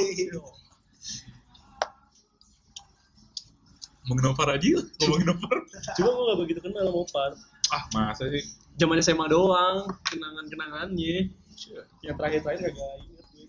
Ngomongin Opar aja yuk. Ngomongin Opar. cuma gue gak begitu kenal sama Opar Ah, masa sih? zaman SMA doang kenangannya yang terakhir-terakhir gak inget gue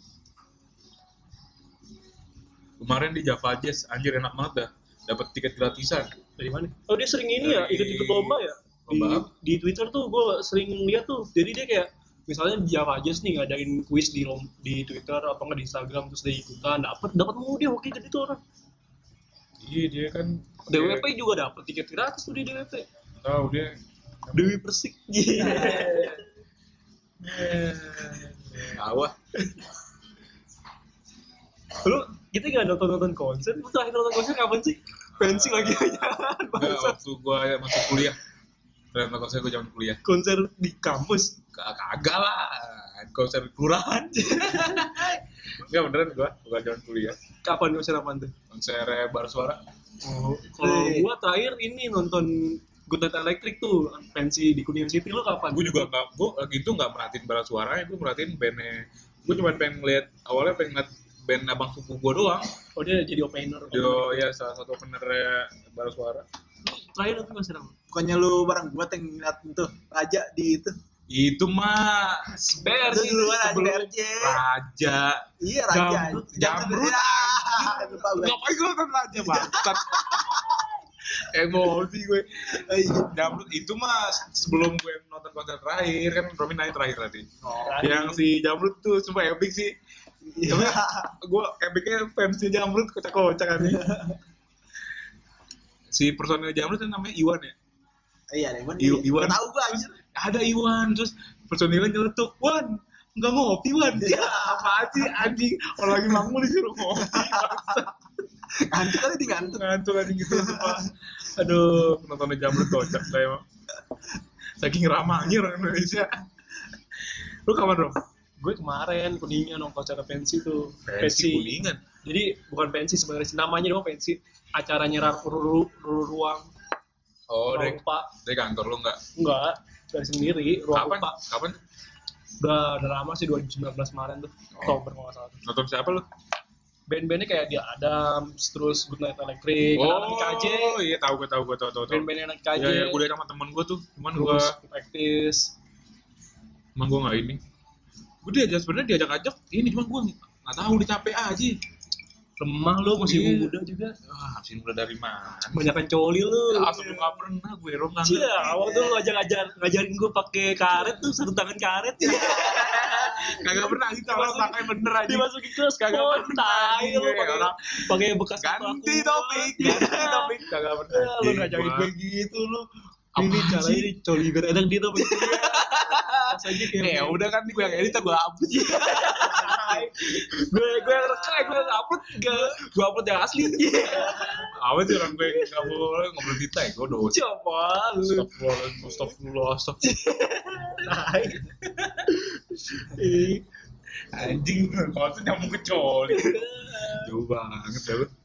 Kemarin di Java Jazz, anjir enak banget dah. Dapat tiket gratisan. dari mana oh dia sering ini ya Dari- ikut-ikut lomba ya Lomba apa? di Twitter tuh gue sering lihat tuh jadi dia kayak misalnya Java Jazz nih ngadain kuis di Twitter atau nggak di Instagram terus dia ikutan dapat mulu dia hoki gede tuh orang Iya, dia kan DWP juga dapat tiket gratis tuh di DWP tahu dia Dewi Persik iya awah. lu kita nggak nonton konser lu terakhir nonton konser kapan sih pensi lagi aja Enggak, waktu gua masuk kuliah. Terakhir nonton konser gua zaman kuliah. konser di kampus Kagak lah. Konser kelurahan. Enggak beneran gua, bukan zaman kuliah. kapan konser apaan tuh Konser Bar Suara. kalau gua terakhir ini nonton Good Night Electric tuh pensi di Kuningan City lu kapan Gua juga enggak, gua lagi itu enggak merhatiin Bar Suaranya, gua merhatiin bandnya. Gua cuma pengen ngeliat, awalnya pengen ngeliat band abang sepupu gua doang. oh dia jadi opener Dia ya salah satu openernya Bar Suara. Terakhir itu masih Ram. Bukannya lu bareng gua yang ngeliat tuh Raja di itu. Itu mah Itu duluan aja sebelum RJ. Raja. Iya Raja. Jamrut. Ya, lupa gue. Ngapain gue nonton Raja bangsat? Emosi gue. Jamrut itu mah sebelum gue nonton konser terakhir kan Romi naik terakhir tadi. Yang si Jamrut tuh sumpah epic sih. Tapi gue epicnya fansnya Jamrut kocak-kocak kan. Si personil Jamrut kan namanya Iwan ya. Iya, Iwan. Iwan. Tahu gua anjir. Ada Iwan terus personilnya nyeletuk, "Wan, enggak ngopi, Wan." Ya, apa sih anjing? Orang lagi manggung disuruh ngopi. Ngantuk kali di ngantuk Anjing gitu sumpah. Aduh, penontonnya Jamrut kocak saya emang. Saking ramahnya orang Indonesia. Lu kapan, Rom? Gue kemarin Kuningan nongkrong acara pensi tuh. Pensi Kuningan. Jadi bukan pensi sebenarnya sih, namanya doang pensi. Acaranya ruang Oh, ruang Rupa. dari kantor lu Enggak, dari sendiri ruang Kapan? Rupa. Kapan? Udah lama sih 2019 kemarin tuh. Oktober kalau nggak salah. Nonton siapa lu? Band-bandnya kayak Dia Adams, terus Good Night Electric, anak KJ. Oh, iya tahu gue. Band-band anak KJ. Ya, gue udah sama temen gue tuh. Cuman gue Terus Practice. emang gue nggak ini. Gue sebenarnya diajak ini, cuman gue nggak tahu, dia capek aja. Lemah lu, masih Iya. muda juga. Masih muda dari mana? Banyakan coli lu. Asal lu nggak pernah, gue Rom nggak Iya, ngerti. waktu lu ngajarin gue pakai karet tuh, satu tangan karet. Kagak pernah gitu, orang pakai bener aja. Dimasukin ke Kagak sport, pernah, tai lu anjing, pakai orang. pakai bekas Ganti sepatu. topik, kagak pernah. Lu Anjing, ngajarin gua. gue gitu lu. Apaan Ini cara sih? ini coli biar enak dia tuh. Pas aja kayak Ya udah kan, gue yang edit gue hapus. gue rekam, gue upload, gue upload yang asli. Apa sih orang gue nggak boleh ngobrol kita ya, gue dosa. Coba lu. Astagfirullah. Tai. Ih. Anjing, kalau tuh nyambung ke coli. Jauh banget ya lu.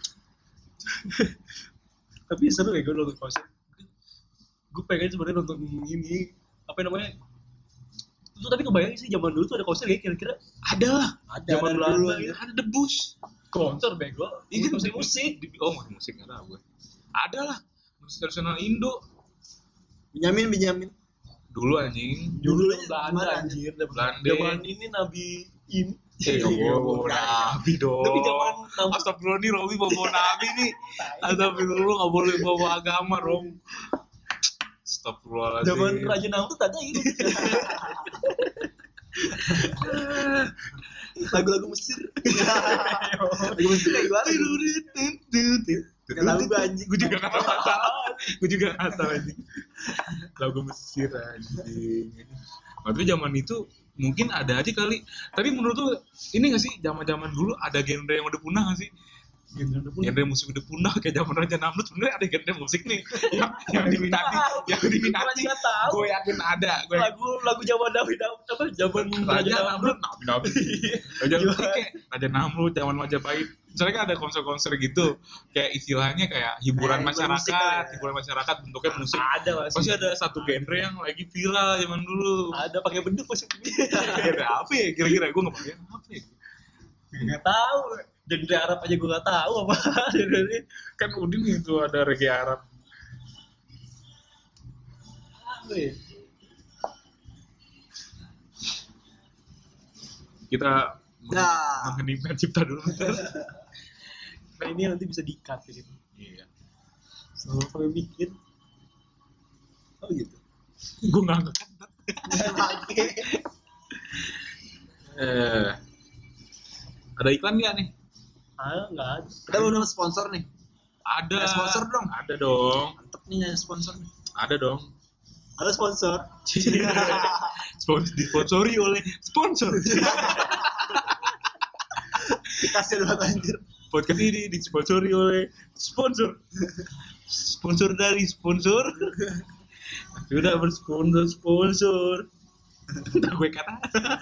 Tapi seru ya gue nonton konser. Gue pengen sebenarnya nonton ini, apa namanya, itu tapi kebayang sih zaman dulu tuh ada konser ya kira-kira. Ada lah. Zaman Belanda Dulu gitu. ada debus. Konser bego. Iya kan musik. Oh, musik nggak tahu gue. Ada lah. Musik tradisional Indo. Benyamin. Dulu anjing. Dulu Dulu Belanda gimana, anjir. Belanda. Zaman ini Nabi ini. Nabi dong. Tapi zaman Astagfirullah nih Romi bawa Nabi nih. Astagfirullah nggak boleh bawa agama Rom. Astagfirullahaladzim. zaman Raja Namrud ada gitu. Lagu-lagu Mesir. Lagu Mesir kayak gimana? Nggak tahu gue anjing. Gue juga nggak tahu anjing. Lagu Mesir anjing. Tapi zaman itu mungkin ada aja kali. Tapi menurut lu ini nggak sih, zaman dulu ada genre yang udah punah nggak sih? Genre musik udah punah kayak zaman Raja Namrud. Sebenarnya ada genre musik nih yang diminati. Nggak tahu. Gue yakin ada. Lagu zaman Nabi apa zaman Raja Namrud, Nabi. Raja Namrud, zaman Majapahit. Misalnya kan ada konser-konser gitu, kayak istilahnya kayak hiburan masyarakat, bentuknya musik. Ada Pasti ada satu genre yang lagi viral zaman dulu. Ada pakai beduk pasti. Genre apa ya? Kira-kira gue nggak pakai apa ya? Nggak tahu. Genre Arab aja gue nggak tahu apa. Kan Udin itu ada reggae Arab. Apa ya? Kita Nah. mengheningkan cipta dulu. Nah ini nanti bisa di-cut gitu. Iya. Selalu sampai bikin. Oh gitu. Gue nggak ngekat. Ada iklan nggak nih? Nggak ada. Kita mau nunggu sponsor nih. Ada. Ada sponsor dong. Ada dong. Mantep nih ada sponsor nih. Ada dong. Ada sponsor. Disponsori oleh sponsor. Kasih banget anjir. Podcast ini disponsori oleh sponsor. Sponsor dari sponsor. Sudah bersponsor. Entah gue kata.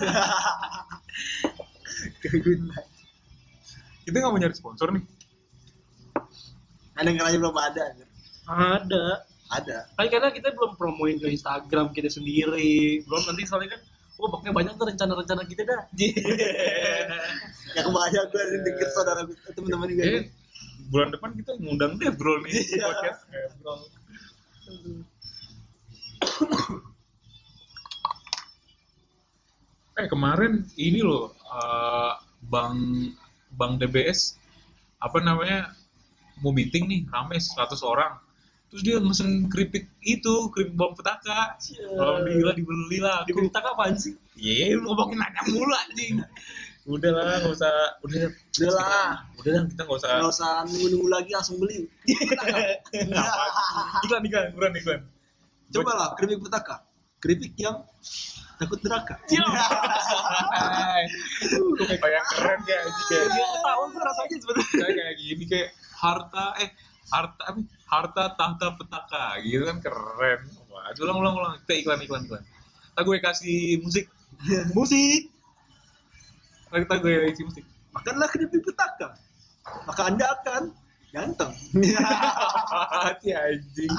Keguna. Kita nggak mau nyari sponsor nih. Ada yang aja belum ada anjir. Ada. Kan karena kita belum promoin ke Instagram kita sendiri. Belum nanti soalnya kan pokoknya banyak tuh rencana-rencana kita dah. Ya kebayang gue ada denger saudara gue, teman-teman gue. bulan depan kita ngundang Dev Bro nih di podcast Bro. Kemarin ini loh Bang DBS apa namanya mau meeting nih rame 100 orang. Terus dia mesen keripik bawang petaka. Alhamdulillah dibeli lah. Di petaka apaan sih? Iya, ngomongin nanya mulu anjing. Udah lah, nggak usah. Udah lah, kita nggak usah nunggu lagi, langsung beli. iklan. Coba lah keripik petaka, keripik yang takut neraka. Kayak keren ya, kayak tahu rasanya sebenarnya kayak gini kayak harta tahta petaka gitu kan keren. Wah, ulang. Kita iklan. Gue kasih musik. Kita gue isi musik. Makanlah keripik petaka, maka Anda akan ganteng. Hati anjing.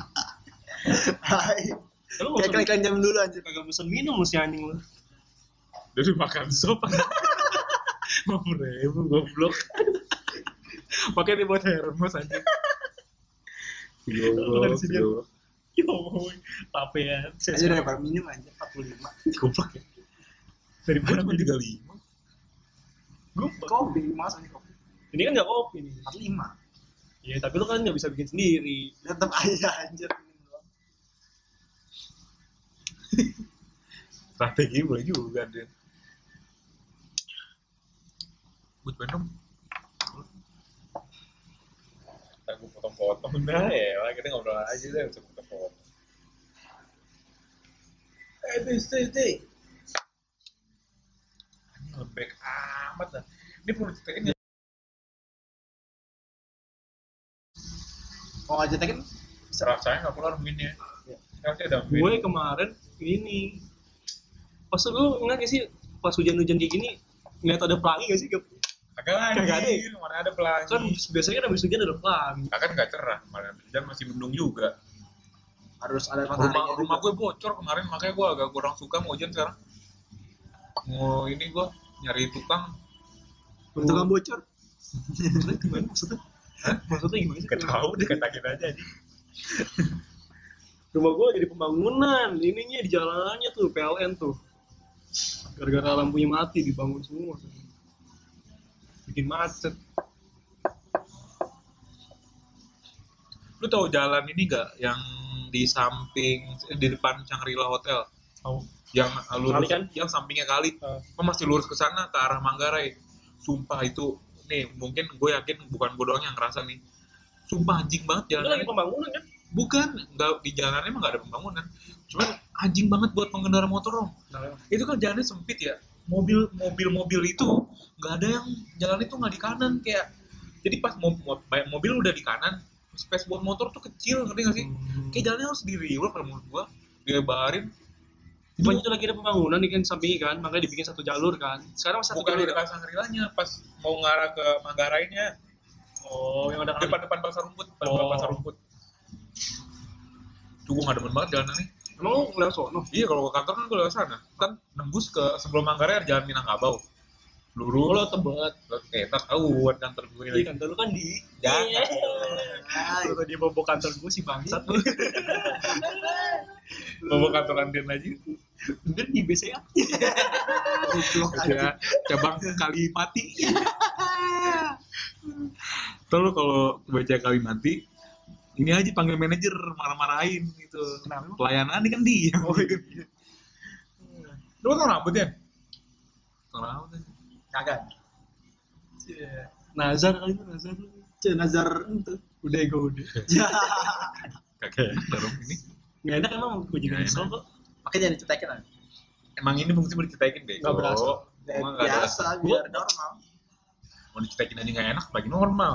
Kayak ikan jam dulu anjir. Kagak pesen minum lu si anjing lu. Dari makan sop. 50.000 goblok. Pakai nih buat Hermes anjing. Goblok. Yo, tapean. Aja dapat minum aja 45. Goblok ya. Dari mana gue 35? Gue kopi, mas ini kopi. Ini kan nggak kopi nih. 45. Iya, tapi lu kan nggak bisa bikin sendiri. Tetap aja anjir. Strategi boleh juga deh. Gue pengen aku potong-potong dah ya, kita ngobrol aja deh, bisa potong-potong. Stay. Ini lembek amat dah. Ini perlu diceritain ya. Kalau nggak cetekin, Rasanya nggak keluar mungkin ya. Nanti ada Gue kemarin ini pas lu nggak sih pas hujan-hujan kayak gini ngeliat ada pelangi gak sih? Kagak ada. Mana ada pelangi. Kan biasanya kan habis hujan ada pelangi. Kan nggak cerah kemarin. Dan masih mendung juga. harus ada matahari. Rumah gue bocor kemarin, makanya gue agak kurang suka mau hujan sekarang. Mau ini gue nyari tukang bocor. Gimana maksudnya? Maksudnya gimana sih? Gak tau deh, katakin aja. Rumah gue jadi pembangunan, ininya di jalanannya tuh PLN tuh. Gara-gara lampunya mati dibangun semua. Bikin macet. Lu tahu jalan ini gak yang di samping di depan Shangri-La Hotel? Tahu. Yang lurus Kali kan? yang sampingnya kali. Masih lurus ke sana ke arah Manggarai. Sumpah itu nih, mungkin gue yakin bukan gue doang yang ngerasa nih. Sumpah anjing banget Itu jalan. lagi pembangunan kan? Bukan, enggak, di jalannya emang nggak ada pembangunan. Cuman anjing banget buat pengendara motor dong. Itu kan jalannya sempit ya. Mobil itu nggak ada yang jalan itu nggak di kanan kayak. Jadi pas mobil udah di kanan, space buat motor tuh kecil, ngerti nggak sih? Kayak jalannya harus diriwal kalau menurut gua, dilebarin. Pokoknya itu lagi ada pembangunan nih kan sampingnya kan, makanya dibikin satu jalur kan. Sekarang satu Bukan di jalur. depan Shangri-La-nya, pas mau ngarah ke Manggarainya. Oh, yang ada Depan pasar rumput, pasar rumput. Tuh gue gak demen banget jalanannya. Emang lu lewat sono? Iya, kalau ke kantor kan gue lewat sana. Kan nembus ke sebelum Manggarai ada jalan Minangkabau. Lurus. Lo tebet. Tak tahu buat kantor gue Di lagi. kantor lu kan di. Jangan. Lu tadi mau bawa kantor gue si bangsat lu. Bawa kantor Anden aja. Bener di BCA. Ya, cabang Kalimati. Tuh lu kalau baca Kalimati, ini aja panggil manajer marah-marahin gitu. Kenapa? Pelayanan ini kan dia. Oh iya. Lu tau rambutnya? Tau rambutnya. Kagak. Nazar kali itu Nazar. Nazar itu. Udah gue udah. Kagak taruh ini. Nggak enak emang gue jadi Nggak nyesel enak. kok. Makanya jangan dicetakin lah. Emang ini fungsi mau diceritain deh. Nggak berasa. Emang nggak ada. Biasa, biar normal. Mau diceritain aja nggak enak, lagi normal.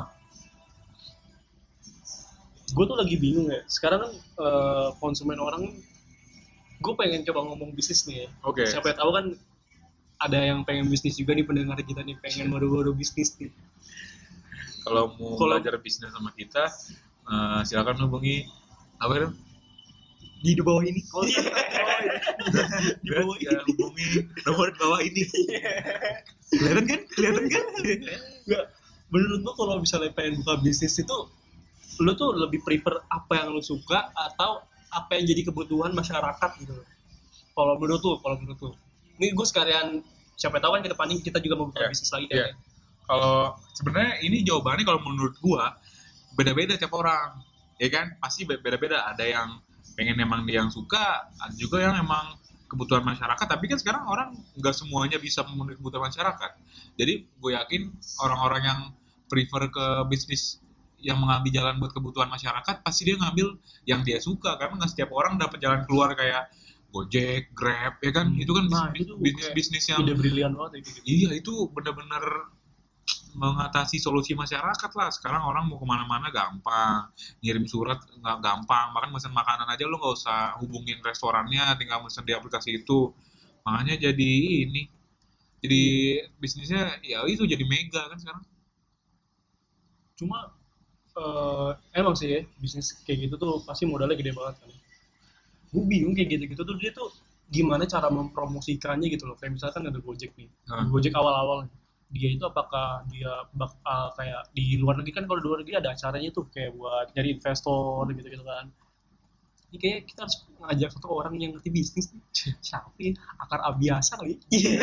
Gue tuh lagi bingung ya. Sekarang kan konsumen orang, gue pengen coba ngomong bisnis nih ya. Oke. Siapa yang tahu kan ada yang pengen bisnis juga nih pendengar kita nih, pengen baru-baru bisnis nih. Kalau mau belajar bisnis sama kita, silakan hubungi apa itu? Di bawah ini. Oh, iya. Di bawah ini. Hubungi nomor di bawah ini. Kelihatan kan? Nggak. menurut lu kalau misalnya pengen buka bisnis itu lu tuh lebih prefer apa yang lu suka atau apa yang jadi kebutuhan masyarakat gitu loh. Kalau menurut lu ini gue sekalian siapa tahu kan ke depannya kita juga mau buka Iya, bisnis lagi iya. kan. Kalau sebenarnya ini jawabannya kalau menurut gua beda-beda tiap orang, ya kan? Pasti beda-beda. Ada yang pengen emang dia yang suka, ada juga yang emang kebutuhan masyarakat. Tapi kan sekarang orang nggak semuanya bisa memenuhi kebutuhan masyarakat. Jadi gue yakin orang-orang yang prefer ke bisnis yang mengambil jalan buat kebutuhan masyarakat, pasti dia ngambil yang dia suka karena nggak setiap orang dapat jalan keluar kayak Gojek, Grab, ya kan? Itu kan Nah, itu bisnis yang ide brilian banget ya, gitu. iya itu benar-benar mengatasi solusi masyarakat lah. Sekarang orang mau kemana-mana gampang, ngirim surat nggak gampang, makan mesen makanan aja lu nggak usah hubungin restorannya, tinggal mesen di aplikasi itu. Makanya jadi bisnisnya ya itu jadi mega kan sekarang. Cuma emang sih ya bisnis kayak gitu tuh pasti modalnya gede banget kan. Gue bingung kayak gitu-gitu tuh dia tuh gimana cara mempromosikannya gitu loh. Kayak misalkan ada Gojek nih. Gojek awal-awal dia itu apakah dia bakal kayak di luar negeri kan, kalau di luar negeri ada acaranya tuh kayak buat nyari investor gitu-gitu kan. Ini kayak kita harus ngajak satu orang yang ngerti bisnis nih. Siapa ya? Akar Abiasa kali. Iya.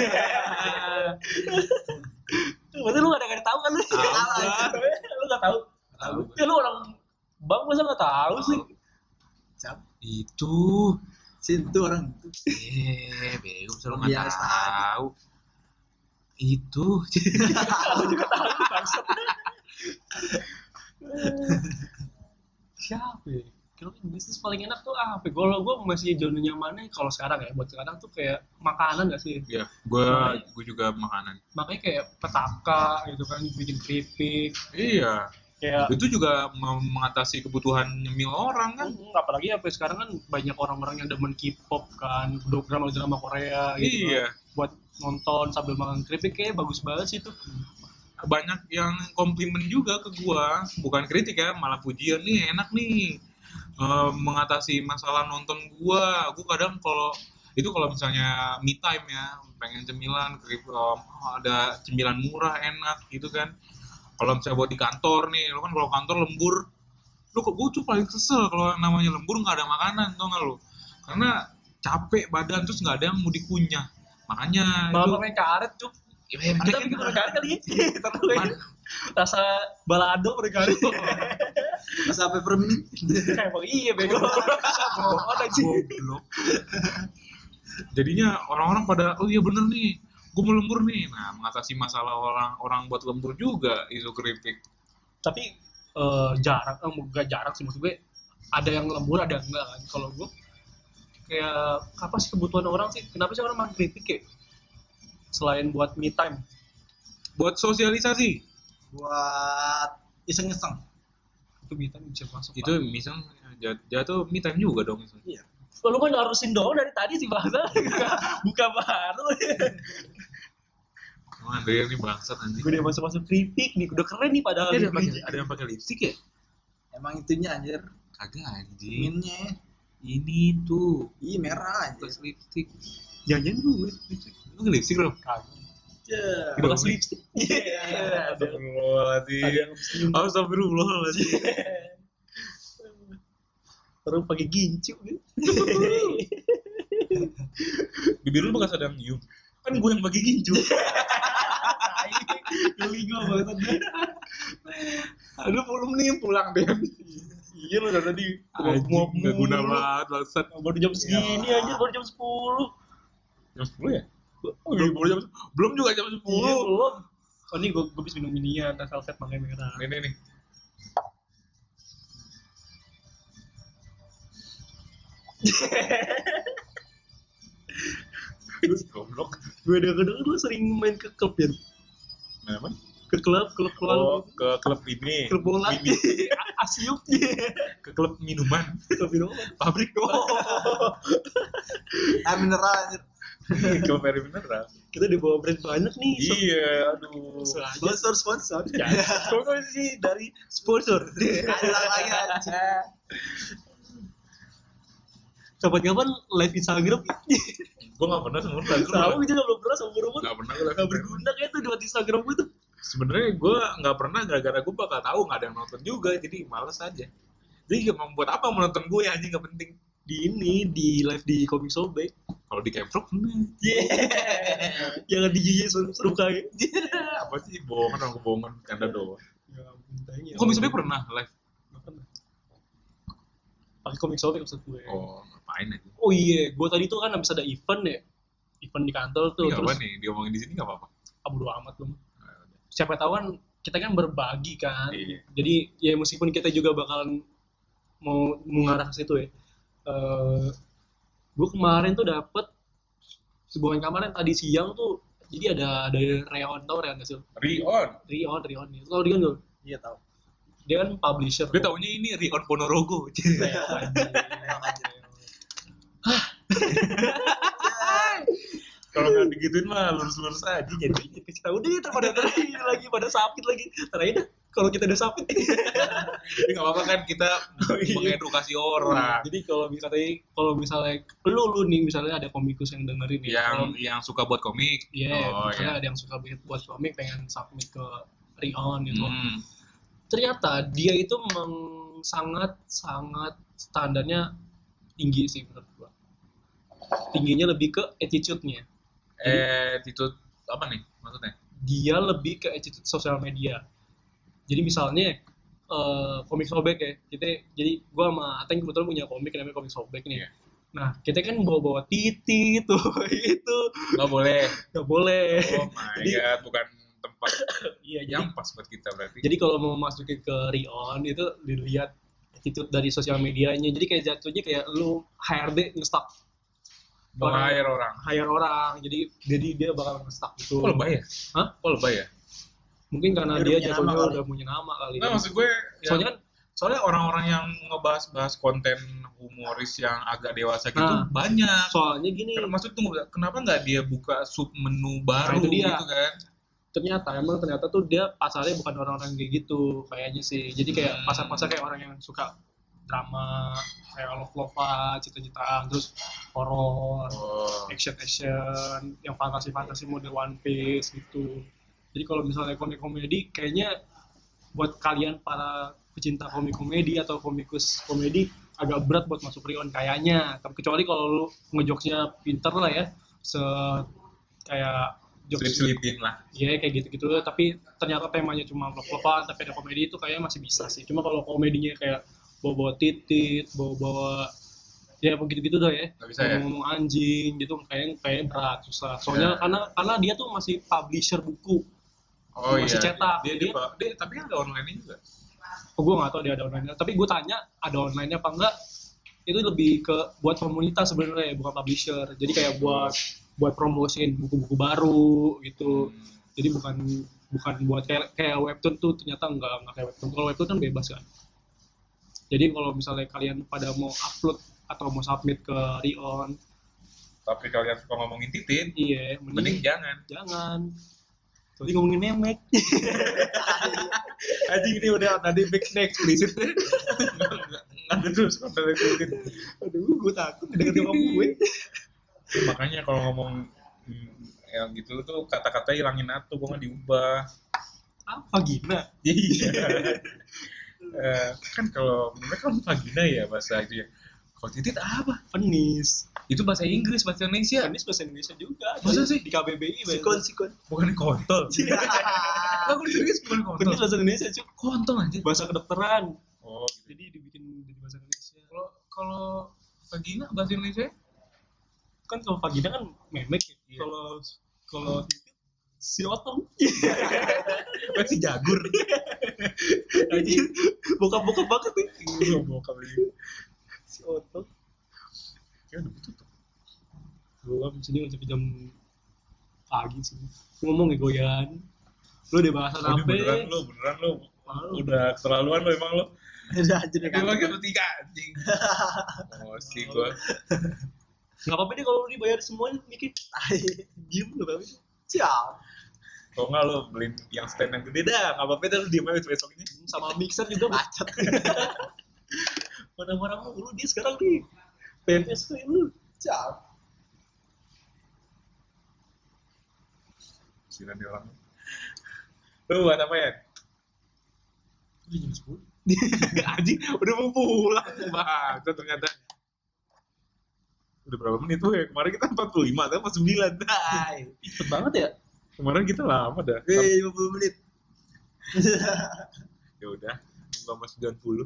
Berarti lu gak ada tahu kan lu? Lu gak tahu. Ya lu orang bang masa gak tahu sih? Siapa? Itu Situ orang itu. bego selalu nggak Biasa. tahu. Itu Aku juga tahu bangsat. Siapa ya? Kira bisnis paling enak tuh apa? Kalau gue masih zona nyamannya kalau sekarang ya, buat sekarang tuh kayak makanan gak sih? ya gue juga makanan. Makanya kayak petaka gitu kan, bikin keripik. Iya. Kayak Itu juga mengatasi kebutuhan nyemil orang kan. apalagi sampai sekarang kan banyak orang-orang yang demen K-pop kan, drama Korea gitu Iya. kan. Buat nonton sambil makan keripik kayak bagus banget sih tuh. Banyak yang komplimen juga ke gua, bukan kritik ya, malah pujian nih, enak nih. Mengatasi masalah nonton gua kadang kalau misalnya me time ya, pengen cemilan, ada cemilan murah enak gitu kan. Kalau misalnya buat di kantor nih, lo kan kalau kantor lembur, lo kok gue tuh paling kesel kalau namanya lembur nggak ada makanan, tau nggak lo? Karena capek badan terus nggak ada yang mau dikunyah, makanya Malah itu pakai karet tuh. ya, Kita bikin pakai karet kali ya. Terus rasa balado pakai karet. Masa peppermint. Kayak emang iya bego. Bohong aja. goblok. Jadinya orang-orang pada oh iya bener nih, gue mau lembur nih. Nah, mengatasi masalah orang buat lembur juga itu keripik. Tapi jarang, enggak jarang sih maksud gue. Ada yang lembur, ada yang enggak kan. Kalau gue kayak apa sih kebutuhan orang sih? Kenapa sih orang makan keripik ya? Selain buat me time. Buat sosialisasi. Buat iseng-iseng. Itu me time bisa masuk. Itu misal jatuh me time juga dong itu. Iya. Lu kan harusin doang dari tadi sih bahasa. Buka baru. Wah, Andre ini bangsat nanti. Gue udah masuk keripik nih, udah keren nih padahal. Ada yang pakai lipstick ya? Emang itunya anjir. Kagak anjing. Minnya. Ini tuh Ih merah anjir. bekas lipstick. Jangan gue. Lu lipstick lo? Kagak. Ya. Bekas lipstick. Astagfirullahaladzim. Ada yang senyum. Astagfirullahaladzim. Orang pakai gincu gitu. Bibir lu bekas ada yang nyium. Kan gue yang pakai gincu. Geli gue banget. Aduh belum nih pulang deh. Iya lo udah tadi Anjing, nggak guna banget bangsat. Baru jam segini aja, baru jam 10. Jam 10 ya? Oh, iya, belum juga jam 10. Iya belum. Oh ini gue bisa minum ininya, tas velvet makanya merah. Ini nih. Goblok. Gue denger lu sering main ke klub ya? Kenapa? Ke klub Oh, ke klub ini. klub bola. Asyuk. Ke klub minuman. Klub minuman. Pabrik doang. Mineral anjir. Klub air mineral. Kita dibawa brand banyak nih. Iya, aduh. Sponsor. Ya, pokoknya sih dari sponsor. Ada lagi anjir. Kapan-kapan live Instagram. Gue gak pernah seumur lagu. Tahu juga belum pernah seumur umur. Gak pernah gue Gak berguna kayak tuh buat Instagram gue tuh. sebenarnya gue nggak pernah, gara-gara gue bakal tahu nggak ada yang nonton juga, jadi males aja. Jadi membuat apa menonton gue anjing, nggak penting. Di live di Komik Sobek. Kalau di Camprok pernah. Jangan di JJ seru kayak. Apa sih bohongan, orang kebohongan, canda doang. Ya ampun, tanya. Komik Sobek pernah live. Pakai Komik Sobek maksud gue. Oh, ngapain aja. Oh iya, gue tadi tuh kan habis ada event ya. Event di kantor tuh. Ini nggak apa Terus nih, diomongin di sini nggak apa-apa. bodo amat lu. Siapa tahu kan kita kan berbagi kan. Iya. Jadi ya meskipun kita juga bakalan mau mengarah ke situ ya. Gue kemarin tuh dapet bukan kemarin, tadi siang tuh, jadi ada Reon, tau Reon gak sih? Rion nih, tau Rion gak? Iya tahu. Dia kan publisher. Gue taunya ini Rion Ponorogo. Reon anjing. Kalau nggak digituin mah lurus-lurus aja jadi. Kasih tahu deh, pada lagi pada sakit lagi. Terakhir dah, kalau kita udah sakit. Jadi nggak apa-apa kan kita iya. mengedukasi orang. Jadi kalau misalnya lu nih misalnya ada komikus yang dengerin nih, Yang suka buat komik. iya, Oh, misalnya iya. ada yang suka buat komik pengen submit ke Rion gitu. Hmm. Ternyata dia itu sangat standarnya tinggi sih menurut gua. Tingginya lebih ke attitude-nya. Attitude apa nih maksudnya? Dia lebih ke attitude sosial media. Jadi misalnya komik sobek ya, jadi gua sama Ateng kebetulan punya komik namanya komik sobek nih. Iya. Nah, kita kan bawa titik tuh itu Nggak boleh. nggak boleh. Oh my Jadi- god, bukan tempat Iya, yang pas buat kita berarti. jadi kalau mau masukin ke Rion itu dilihat attitude dari sosial medianya. Jadi kayak jatuhnya kayak lu HRD nge-stuck Meng-hire orang. hire orang. Jadi dia bakal nge-stuck gitu. Oh lebay ya? Hah? Oh lebay ya? Mungkin karena Dia dia udah punya jatuhnya nama kali. udah punya nama kali. Nah maksud gue Soalnya kan soalnya orang-orang yang ngebahas konten humoris yang agak dewasa gitu Nah. banyak. soalnya gini, Maksud tunggu, kenapa nggak dia buka sub menu baru itu dia. gitu kan? ternyata tuh dia pasarnya bukan orang-orang kayak gitu kayaknya sih. Jadi kayak pasar-pasar kayak orang yang suka drama, kayak love-lovean, cita-citaan, terus horor, Oh. action yang fantasi model One Piece gitu. Jadi kalau misalnya komedi kayaknya buat kalian para pecinta komik komedi atau komikus komedi agak berat buat masuk Rion kayaknya. Tapi kecuali kalau lu ngejokesnya pinter lah ya, kayak jokes Selip-selipin lah. ya kayak gitu-gitu. Tapi ternyata temanya cuma love-lovean tapi ada komedi, itu kayaknya masih bisa sih. Cuma kalau komedinya kayak bawa titit, bawa ya begitu-gitu dah ya. Nggak bisa ya? Ngomong anjing gitu kayak berat, susah. Soalnya karena dia tuh masih publisher buku. Oh Masih iya. cetak. Dia tapi kan ada online juga. Gue nggak tahu dia ada online-nya, tapi gue tanya ada online-nya apa enggak. Itu lebih ke buat komunitas sebenarnya, bukan publisher. Jadi kayak buat promosiin buku-buku baru gitu. Jadi bukan buat kayak webtoon tuh, ternyata enggak kayak webtoon. Kalau webtoon kan bebas kan. Jadi kalau misalnya kalian pada mau upload atau mau submit ke Rion, Tapi kalian suka ngomongin titit, iya mending jangan. jangan. Tadi ngomongin memek. Anjing ini udah tadi next explicit. Nggak ada terus konten explicit. Aduh, gue takut deketin sama gue. Makanya kalau ngomong yang gitu tuh kata-kata hilangin atuh, gue nggak diubah. Apa gina? Iya. Kan kalau mereka kan vagina ya bahasa itu ya. Kalau titit apa? Penis. Itu bahasa Inggris, bahasa Indonesia. Penis bahasa Indonesia juga. Masa sih? Di KBBI Sikon. Bukan kontol. Aku Inggris bukan kontol. Penis bahasa Indonesia cuy. Kontol aja. Bahasa kedokteran. Oh, gitu. Jadi dibikin di bahasa Indonesia. Kalau vagina bahasa Indonesia? Kan kalau vagina kan memek ya. Iya. Kalau titit si otong. Kan si jagur. Anjir, bokap banget nih. Iya, bokap ini. Si otong. Kayak udah tutup. Gua di sini sampai jam pagi sih. Ngomong ya goyan. Lu udah bahasan Oh, ini apa? beneran lu. Udah keterlaluan lu emang lu. Udah aja deh. Emang kita bertiga anjing. Oh, sih gua. Nggak apa-apa deh kalau lu dibayar semuanya mikir. Diem nggak apa-apa. Siap. Kok nggak lu beliin yang stand yang gede dah, nggak apa-apa dah lu diem aja besoknya. Sama mixer juga Bacot. marah-marah mulu dia sekarang nih. PMS tuh lu. Siap. Silan dia orang. Lu buat apa ya? Udah jam 10. Anjing, udah mau pulang. Bang, ternyata. Udah berapa menit tuh ya? Kemarin kita 45, tapi pas 9. Dai. Cepet banget ya. Kemarin kita lama dah. 50 menit. Ya udah, 90.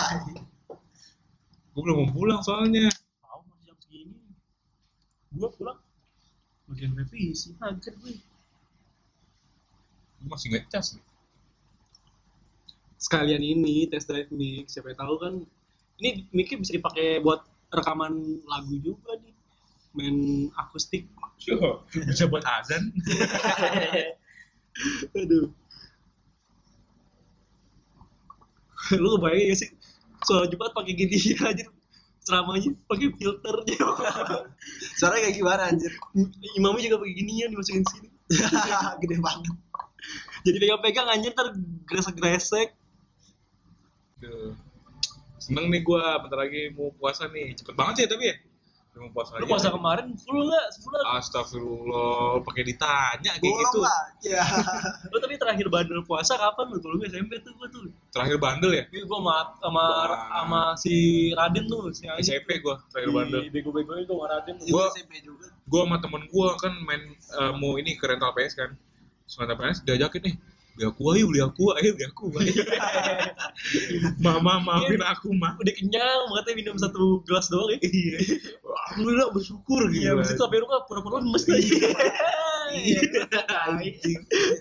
Gue belum mau pulang soalnya. Tahu masih jam segini. Gua pulang bagian revisi akhir gue. Gue masih ngecas nih. Sekalian ini test drive mic, siapa yang tahu kan ini mic bisa dipakai buat rekaman lagu juga nih, main akustik. Yo, bisa buat azan. Aduh, lu kebayang gak sih soal Jumat pakai gini aja ceramahnya pakai filternya. Suaranya kayak gimana anjir? Imamnya juga pakai ginian dimasukin sini. Gede banget. Jadi pegang-pegang anjir ntar gresek-gresek. Duh. Seneng nih gue, bentar lagi mau puasa nih. Cepet banget sih tapi ya. Udah mau puasa Lu aja. puasa kemarin full nggak sebulan? Astagfirullah, pakai ditanya kayak Bolong gitu. lah. Ya. Lu tadi terakhir bandel puasa kapan lu? Kalau gue SMP tuh gua tuh. Terakhir bandel ya? Ini gua sama si Raden tuh, si Aji. SMP gue terakhir bandel. Bego-begoin gua sama Raden. Juga Gua- SMP juga. Gue sama temen gue kan main mau ini ke rental PS kan. Terus rental PS diajakin nih, beli aqua yuk, ayo beli aqua. Mama maafin aku mah. Udah kenyang, makanya minum 1 gelas doang ya. Iya. Alhamdulillah bersyukur gitu. Iya, abis itu sampai rumah pura-pura lemes aja. Iya. Anjing.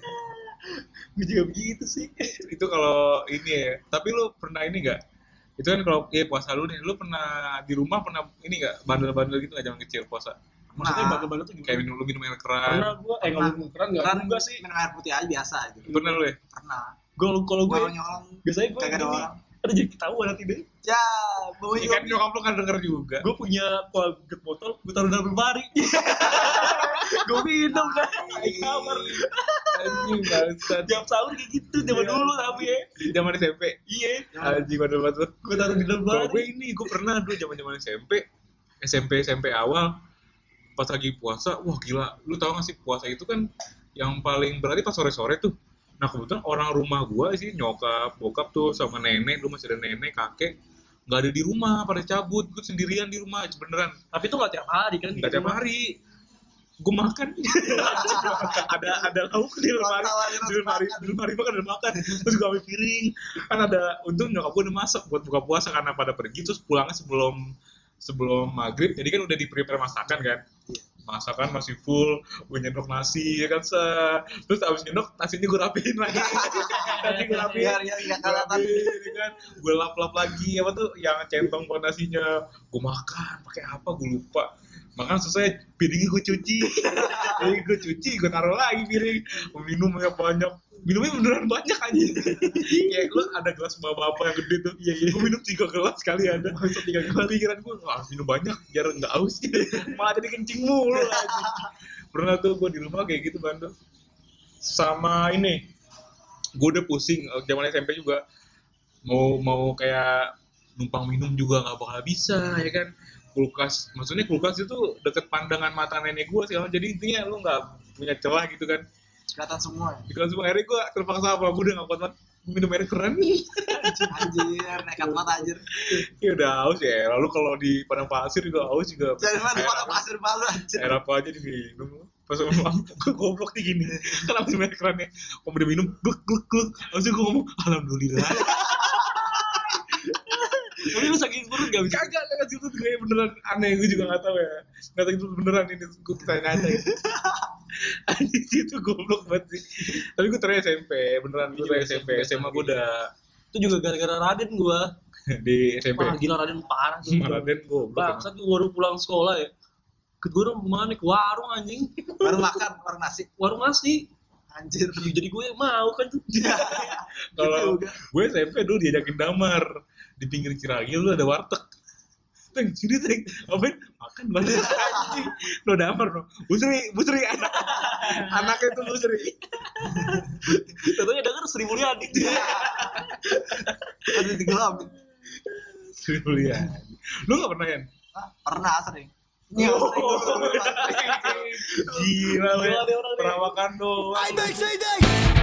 Gue juga begitu sih. Itu kalau ini ya. Tapi lu pernah ini enggak? Itu kan kalau puasa lu nih, lu pernah di rumah pernah ini enggak bandel-bandel gitu enggak zaman kecil puasa? Maksudnya Nah. bandel-bandel tuh Kayak gimana? minum air keran. Pernah gua, nggak minum keran nggak? Kan Enggak sih. minum air putih aja biasa gitu. Pernah lu ya? Pernah. Kalau gue Nyolong-nyolong. biasanya gue Kagak ada gini, orang. ada jadi ketahuan nanti deh. Ya, baunya Iya kan nyokap lu kan denger juga. Gue punya poget botol, gue taruh dalam lemari. Gue minum dah di kamar. Anjing bangsat. Jam sahur kayak gitu, zaman Iya. dulu tapi ya. Zaman SMP. Iya. Anjing bandel banget. Gue taruh di Kalau lemari. gue ini, gue pernah dulu zaman SMP awal pas lagi puasa, wah gila, lu tau gak sih puasa itu kan yang paling berarti pas sore-sore tuh. Nah kebetulan orang rumah gue sih nyokap, bokap tuh sama nenek, dulu masih ada nenek, kakek, nggak ada di rumah, pada cabut, gue sendirian di rumah, beneran, Tapi itu nggak tiap hari kan? nggak tiap hari. Gue makan, ada lauk di lemari makan ada makan, terus gue ambil piring, kan ada, untung nyokap gue udah masak buat buka puasa karena pada pergi, terus pulangnya sebelum maghrib, jadi kan udah di prepare masakan kan, masakan masih full, gue nyendok nasi ya kan, terus abis nyendok nasinya gue rapiin lagi, nasi gue rapiin, biar ya nggak kelihatan. ya kan, gue lap lagi apa tuh yang centong buat nasinya, gue makan pakai apa gue lupa. Makan selesai, piringnya gue cuci, gue taruh lagi piring, minumnya banyak, minumnya beneran banyak aja, kayak lu ada gelas bapak yang gede tuh, gue minum 3 gelas kali ada, 3 gelas, pikiran gue harus minum banyak biar nggak haus, malah jadi kencing mulu aja. Pernah tuh gue di rumah kayak gitu bandel, sama ini, gue udah pusing, zaman SMP juga, mau kayak numpang minum juga nggak bakal bisa, ya kan. Maksudnya kulkas itu deket pandangan mata nenek gue sih, jadi intinya lu nggak punya celah gitu kan. Kelihatan semua. Kalau semua akhirnya gue terpaksa apa, gue udah nggak kuat banget minum air keran. Anjir, nekat banget anjir. Ya udah haus ya, lalu kalau di padang pasir juga haus juga. Jadi mana Air pada apa- pasir malu anjir. air apa aja diminum. Pas ngomong, gue goblok nih gini, kenapa sih air kerannya? Kalau udah minum, gluk. Habis itu gue ngomong, alhamdulillah. Tapi lu saking perut gak bisa. Kagak situ tuh kayak beneran aneh, gue juga nggak tahu ya, nggak tahu itu beneran ini, gue tanya-tanya anjing situ goblok banget sih. Tapi gue terakhir SMP, beneran gue terakhir SMP, SMA gue udah Itu juga gara-gara Raden gue. di SMP. Wah gila Raden parah tuh. Raden goblok. Bangsat gue baru pulang sekolah ya. Gue kemana nih? Ke warung anjing. Baru makan, baru nasi. Warung nasi. Anjir. Jadi gue mau kan tuh. Kalau Juga. gue SMP dulu diajakin damar di pinggir Ciragi lu ada warteg. Teng, sini teng, ngapain? Makan banget anjing. Lo damar no. Busri anaknya tuh Busri. Tentunya denger Sri Mulyani. Ada 3 gram. Sri Mulyani. Lu nggak pernah kan? Hah? Pernah sering. Iya, Oh, sering. Gila lu ya. Gila nih orang nih. Perawakan doang. I make say that.